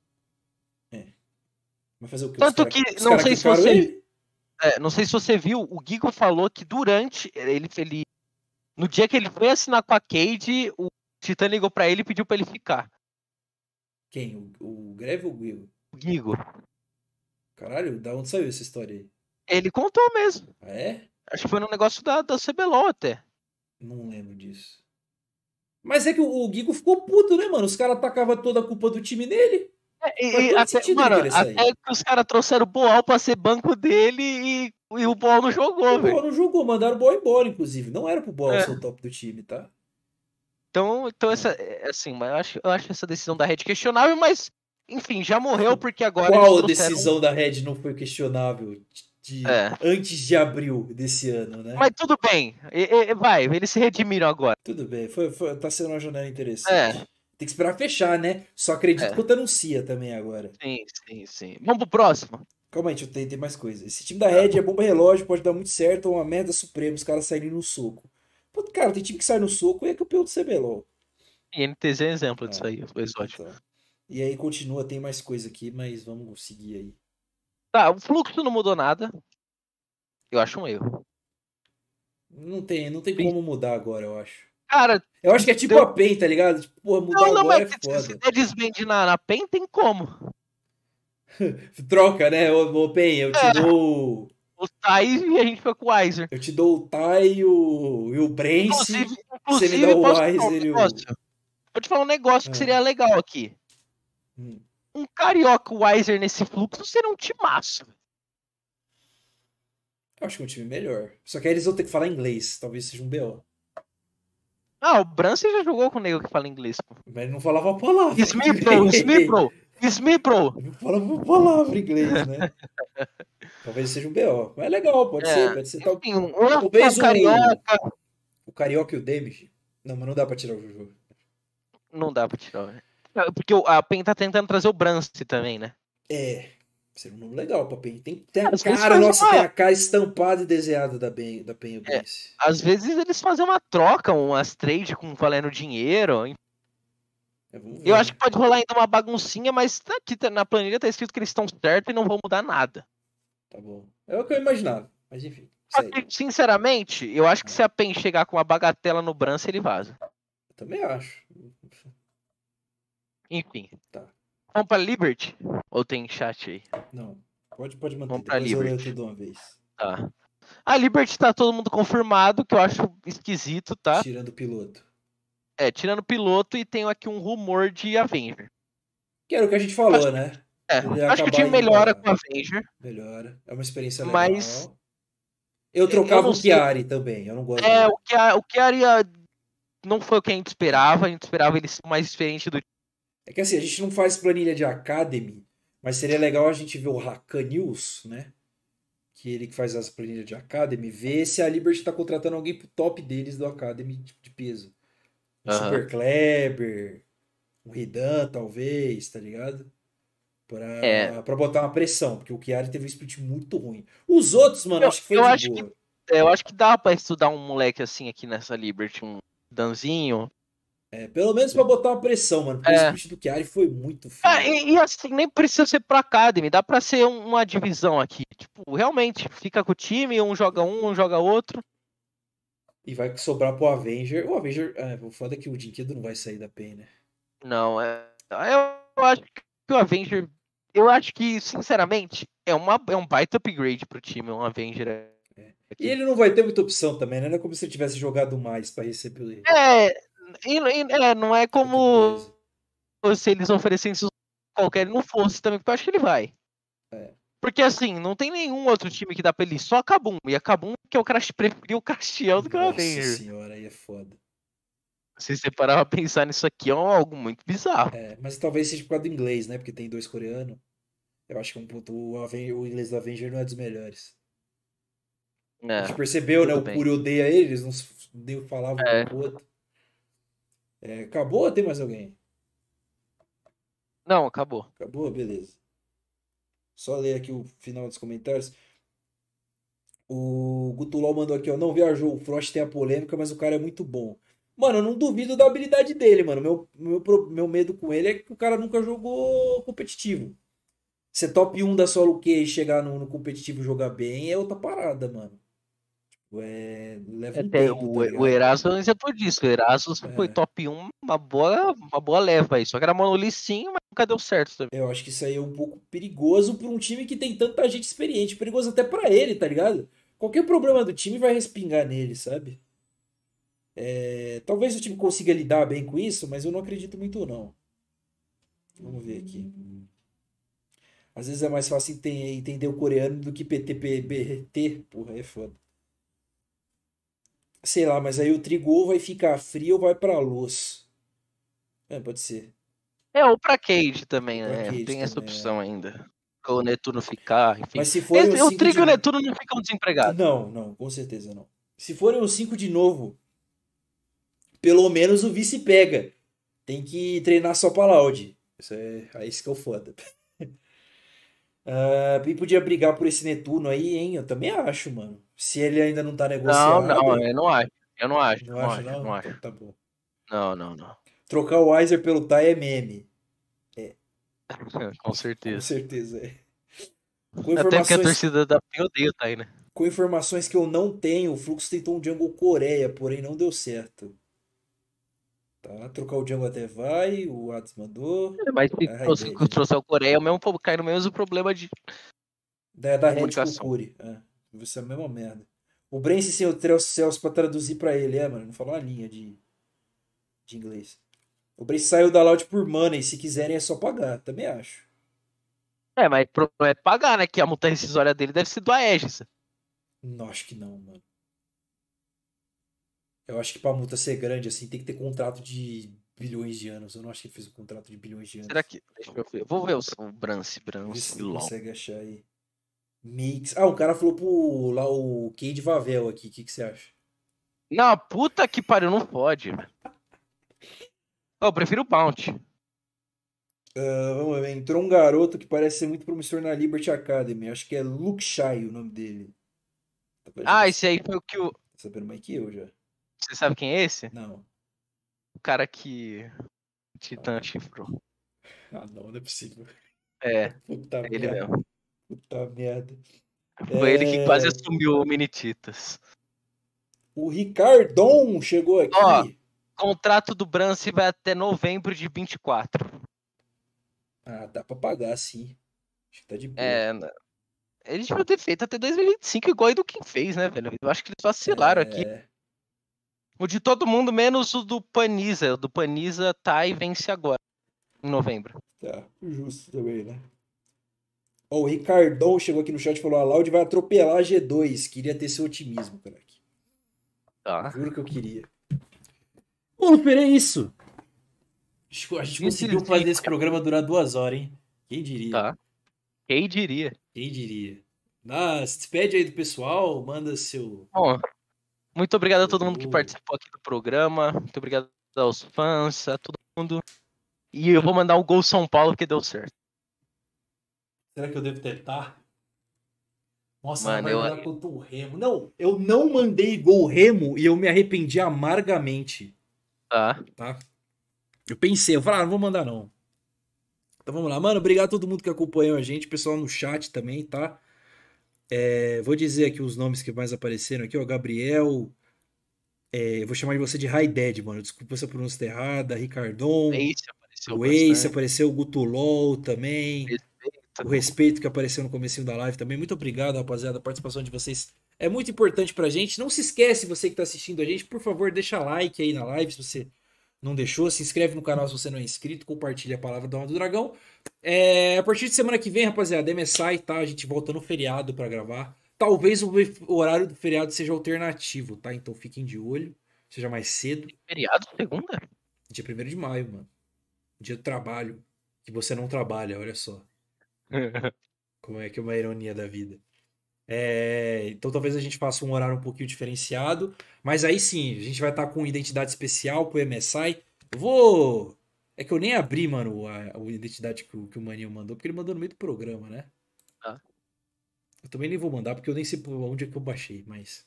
Vai fazer o quê? Tanto que, Os não cara sei se quicaram você, ele? não sei se você viu, o Gigo falou que durante ele no dia que ele foi assinar com a Cade, o Titã ligou pra ele e pediu pra ele ficar. Quem? O Greve ou o Will? O Gigo. Caralho, da onde saiu essa história aí? Ele contou mesmo. Ah, é? Acho que foi no negócio da CBLOL até. Não lembro disso. Mas é que o Gigo ficou puto, né, mano? Os caras tacavam toda a culpa do time nele. Faz todo Até, sentido ele mano, querer até sair. que os caras trouxeram o Boal pra ser banco dele e o Boal não E jogou, o velho. Boal não jogou, mandaram o Boal embora, inclusive. Não era pro Boal ser o É. top do time, tá? Então essa, assim, mas eu acho essa decisão da Red questionável, mas, enfim, já morreu porque agora eles Qual trouxeram. decisão da Red não foi questionável É. antes de abril desse ano, né? Mas tudo bem, vai, eles se redimiram agora. Tudo bem, tá sendo uma jornada É, interessante. Tem que esperar fechar, né? Só acredito é. quando anuncia também agora. Sim. Vamos pro próximo? Calma aí, deixa eu tem mais coisa. Esse time da Red é bomba relógio, pode dar muito certo ou uma merda suprema, os caras saírem no soco. Pô, cara, tem time que sai no soco e é campeão do CBLOL. E NTZ é um exemplo disso Ah, aí, o exótico. então. E aí continua, tem mais coisa aqui, mas vamos seguir aí. Tá, o fluxo não mudou nada. Eu acho um erro. Não tem como mudar agora, eu acho. Cara, Eu acho que é tipo deu. a PEN, tá ligado? Tipo, porra, mudar Não, agora mas é se foda. der desvende na PEN, tem como. Troca, né? Ô PEN, eu te É, dou. o Thais e a gente foi com o Weiser. Eu te dou o Tai e o Inclusive, Brance. Você me dá inclusive o posso te falar um Weiser e o. negócio? Vou te falar um negócio que Ah, seria legal aqui. hum. Um Carioca Weiser nesse fluxo seria um timaço. Eu acho que é um time melhor. Só que aí eles vão ter que falar inglês. Talvez seja um BO. Ah, o Brance já jogou com o nego que fala inglês, pô. Mas ele não falava a palavra. Smipro. Ele não falava uma palavra em inglês, né? Talvez seja um BO. Mas é legal, pode ser, pode ser. Enfim, Talvez o Carioca. o Carioca e o Damage. Não, mas não dá pra tirar o Juju. Não dá pra tirar, né? Porque a PEN tá tentando trazer o Brance também, né? Seria um nome legal pra PEN. Tem a Às vezes cara, faz nossa, tem uma. a cara estampada e desenhada da PEN o Brance. Às vezes eles fazem uma troca, umas trade com valendo dinheiro. Vamos ver, Eu acho né? que pode rolar ainda uma baguncinha, mas aqui na planilha tá escrito que eles estão certos e não vão mudar nada. Tá bom. É o que eu imaginava. Mas enfim, Só segue. que, sinceramente, eu acho que se a PEN chegar com uma bagatela no Brance, ele vaza. Eu também acho. Enfim. Tá. Vamos pra Liberty? Ou tem chat aí? Não. Pode manter. Vamos pra Depois eu leio Liberty. tudo uma vez. Tá. A Liberty tá todo mundo confirmado, que eu acho esquisito, tá? Tirando o piloto. Tirando o piloto e tenho aqui um rumor de Avenger. Que era o que a gente Acho, falou, né? Ele ia acho que o acabar time indo pra melhora lá. com o Avenger, Melhora. É uma experiência mas legal. Eu eu trocava não o sei. Chiari também. Eu não gosto dele. O que haria não foi o que a gente esperava ele ser mais diferente do. É que assim, a gente não faz planilha de Academy, mas seria legal a gente ver o Hakan News, né? Que ele que faz as planilhas de Academy, ver se a Liberty tá contratando alguém pro top deles do Academy de peso. Um Aham. Super Kleber, um Ridan, talvez, tá ligado? É, Pra botar uma pressão, porque o Chiari teve um split muito ruim. Os outros, mano, eu, acho que foi eu de acho que boa. eu acho que dá pra estudar um moleque assim aqui nessa Liberty, um Danzinho. É, pelo menos pra botar uma pressão, mano, porque o É. split do Chiari foi muito feio. E assim, nem precisa ser pro Academy, dá pra ser uma divisão aqui. Tipo, realmente, fica com o time, um joga outro. E vai sobrar pro Avenger. O Avenger, o foda é que o Dinquedo não vai sair da PEN, né? Não, eu acho que o Avenger. Eu acho que, sinceramente, é um baita upgrade pro time, um Avenger E aqui. ele não vai ter muita opção também, né? Não é como se ele tivesse jogado mais pra receber É, não é qualquer coisa. como se eles oferecessem qualquer ele não fosse também, porque eu acho que ele vai. É. Porque assim, não tem nenhum outro time que dá pra ele ir, só a Kabum. E a Kabum que é o Crash preferiu o Castiel do que o Nossa Avenger. senhora, aí é foda. Se você parar pra pensar nisso aqui, é algo muito bizarro. É, mas talvez seja por causa do inglês, né? Porque tem dois coreanos. Eu acho que o inglês do Avenger não é dos melhores. A gente É, percebeu, né? tudo O bem. Curi odeia ele, eles não nem falavam um É, com o outro. É, acabou ou tem mais alguém? não, acabou. Acabou? Beleza. Só ler aqui o final dos comentários. O Gutulol mandou aqui, ó. Não viajou. O Frost tem a polêmica, mas o cara é muito bom. Mano, eu não duvido da habilidade dele, mano. Meu medo com ele é que o cara nunca jogou competitivo. Ser top 1 da solo Q e chegar no competitivo e jogar bem é outra parada, mano. Leva um Até tempo, tá o ligado? Erasmus é um exemplo disso. O Erasmus foi É, top 1, uma boa leva aí. Só que era monolicinho, mas nunca deu certo também. eu acho que isso aí é um pouco perigoso pra um time que tem tanta gente experiente. Perigoso até pra ele, tá ligado? Qualquer problema do time vai respingar nele, sabe? Talvez o time consiga lidar bem com isso, mas eu não acredito muito não. Vamos ver aqui. Às vezes é mais fácil entender o coreano do que PTPBT. Porra, é foda. Sei lá, mas aí o Trigol vai ficar frio ou vai pra luz? É, pode ser. Ou pra Cade Ou também, pra né? Cade Tem essa também, é. opção ainda. O Netuno ficar, enfim. Mas se forem os O 5 Trigo e o de. Netuno não ficam desempregados. Não, não, com certeza não. Se forem os 5 de novo, pelo menos o vice pega. Tem que treinar só pra Loud. Isso que é o foda. E podia brigar por esse Netuno aí, hein? Eu também acho, mano. Se ele ainda não tá Não, negociado. eu não acho. Não acha, Eu não? não Então acho. tá bom. Não. Trocar o Weiser pelo Tai é meme. Com Com certeza. certeza é. Com Até porque a informações, torcida da PEN odeia o Tai, né? com informações que eu não tenho, o Flux tentou um Jungle Coreia, porém não deu certo. Tá? Trocar o Jungle até vai, o Ads mandou. Mas se Red. trouxer o Coreia, cai no mesmo problema de Da Red com o comunicação. Curi. Vai ser a mesma merda. O Brence sem o Celso pra traduzir pra ele, mano. Não falou uma linha de inglês. O Brence saiu da Loud por money. Se quiserem é só pagar. Também acho. Mas o problema é pagar, né? Que a multa rescisória dele deve ser do Aegis. Não, acho que não, mano. Eu acho que pra multa ser grande assim tem que ter contrato de bilhões de anos. Eu não acho que ele fez um contrato de bilhões de Será anos. que. Deixa eu ver. Vou ver o Vê se Brance, tu LOL. consegue achar aí. Mix. Ah, um cara falou pro lá o Cade Vavel aqui. O que você acha? Não, puta que pariu, não pode. Eu prefiro o Bounty. Vamos ver. Entrou um garoto que parece ser muito promissor na Liberty Academy. Acho que é Luke Shai o nome dele. Já tá Esse aí foi o que o. sabendo mais que eu já. Você sabe quem é esse? Não. O cara que o Ah, Titã chifrou. não, não é possível. É, Puta ele merda. mesmo. Puta merda. Foi ele que quase É, assumiu o Minititas. o Ricardon chegou Ó, aqui. contrato do Brance vai até novembro de 24. Ah, dá pra pagar, sim. Acho que tá de boa. É, eles deviam ter feito até 2025, igual o do Kim fez, né, velho? Eu acho que eles vacilaram aqui. É, O de todo mundo, menos o do Paniza. O do Paniza tá e vence agora, em novembro. tá. Justo também, né? Ó, o Ricardon chegou aqui no chat e falou: a Loud vai atropelar a G2. Queria ter seu otimismo, craque. Tá. Juro que eu queria. Bom, Fer, é isso. A gente conseguiu fazer esse Decisivo. programa durar 2 horas, hein? Quem diria? Tá. Quem diria? Quem diria? Ah, se despede aí do pessoal, manda seu. Bom, muito obrigado a todo mundo que Alô. participou aqui do programa. Muito obrigado aos fãs, a todo mundo. E eu vou mandar o gol São Paulo que deu certo. Será que eu devo tentar? Nossa, mas Mano, vai jogar contra o Remo. Não, eu não mandei gol Remo e eu me arrependi amargamente, tá. tá? Eu pensei, eu falei, não vou mandar não. Então vamos lá, mano, obrigado a todo mundo que acompanhou a gente, pessoal no chat também, tá? Vou dizer aqui os nomes que mais apareceram aqui, ó, Gabriel, eu vou chamar de você de Raided, mano, desculpa se a pronúncia tá errada, Ricardon, Ace apareceu o Ace, bastante. apareceu o Gutulol também, o Respeito. respeito que apareceu no comecinho da live também. Muito obrigado, rapaziada. A participação de vocês é muito importante pra gente. Não se esquece, você que tá assistindo a gente, por favor, deixa like aí na live se você não deixou. Se inscreve no canal se você não é inscrito. Compartilha a palavra do Alma do Dragão. A partir de semana que vem, rapaziada, MSI, tá? A gente volta no feriado pra gravar. Talvez o horário do feriado seja alternativo, tá? Então fiquem de olho. Seja mais cedo. Feriado segunda? Dia 1º de maio, mano. Dia do trabalho. Que você não trabalha, olha só. Como é que é uma ironia da vida. Então talvez a gente faça um horário um pouquinho diferenciado, mas aí sim, a gente vai estar com identidade especial pro MSI. Eu vou. É que eu nem abri, mano, a identidade que o Maninho mandou, porque ele mandou no meio do programa, né? Tá. Eu também nem vou mandar, porque eu nem sei onde é que eu baixei, mas.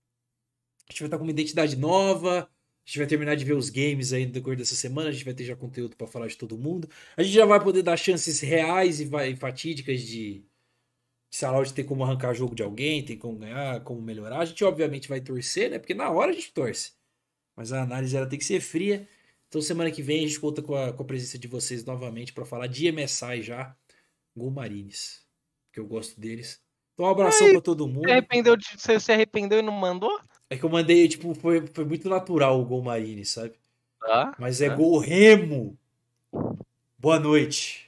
A gente vai estar com uma identidade nova. A gente vai terminar de ver os games aí no decorrer dessa semana. A gente vai ter já conteúdo para falar de todo mundo. A gente já vai poder dar chances reais e fatídicas de se a Loud tem como arrancar jogo de alguém, tem como ganhar, como melhorar. A gente obviamente vai torcer, né? Porque na hora a gente torce. Mas a análise ela tem que ser fria. Então semana que vem a gente conta com a presença de vocês novamente para falar de MSI já. Gol Marines. Que eu gosto deles. Então um abração para todo mundo. Você se arrependeu e não mandou? É que eu mandei, tipo, foi muito natural o Gol Marines, sabe? Tá. Mas é Tá. gol Remo. Boa noite.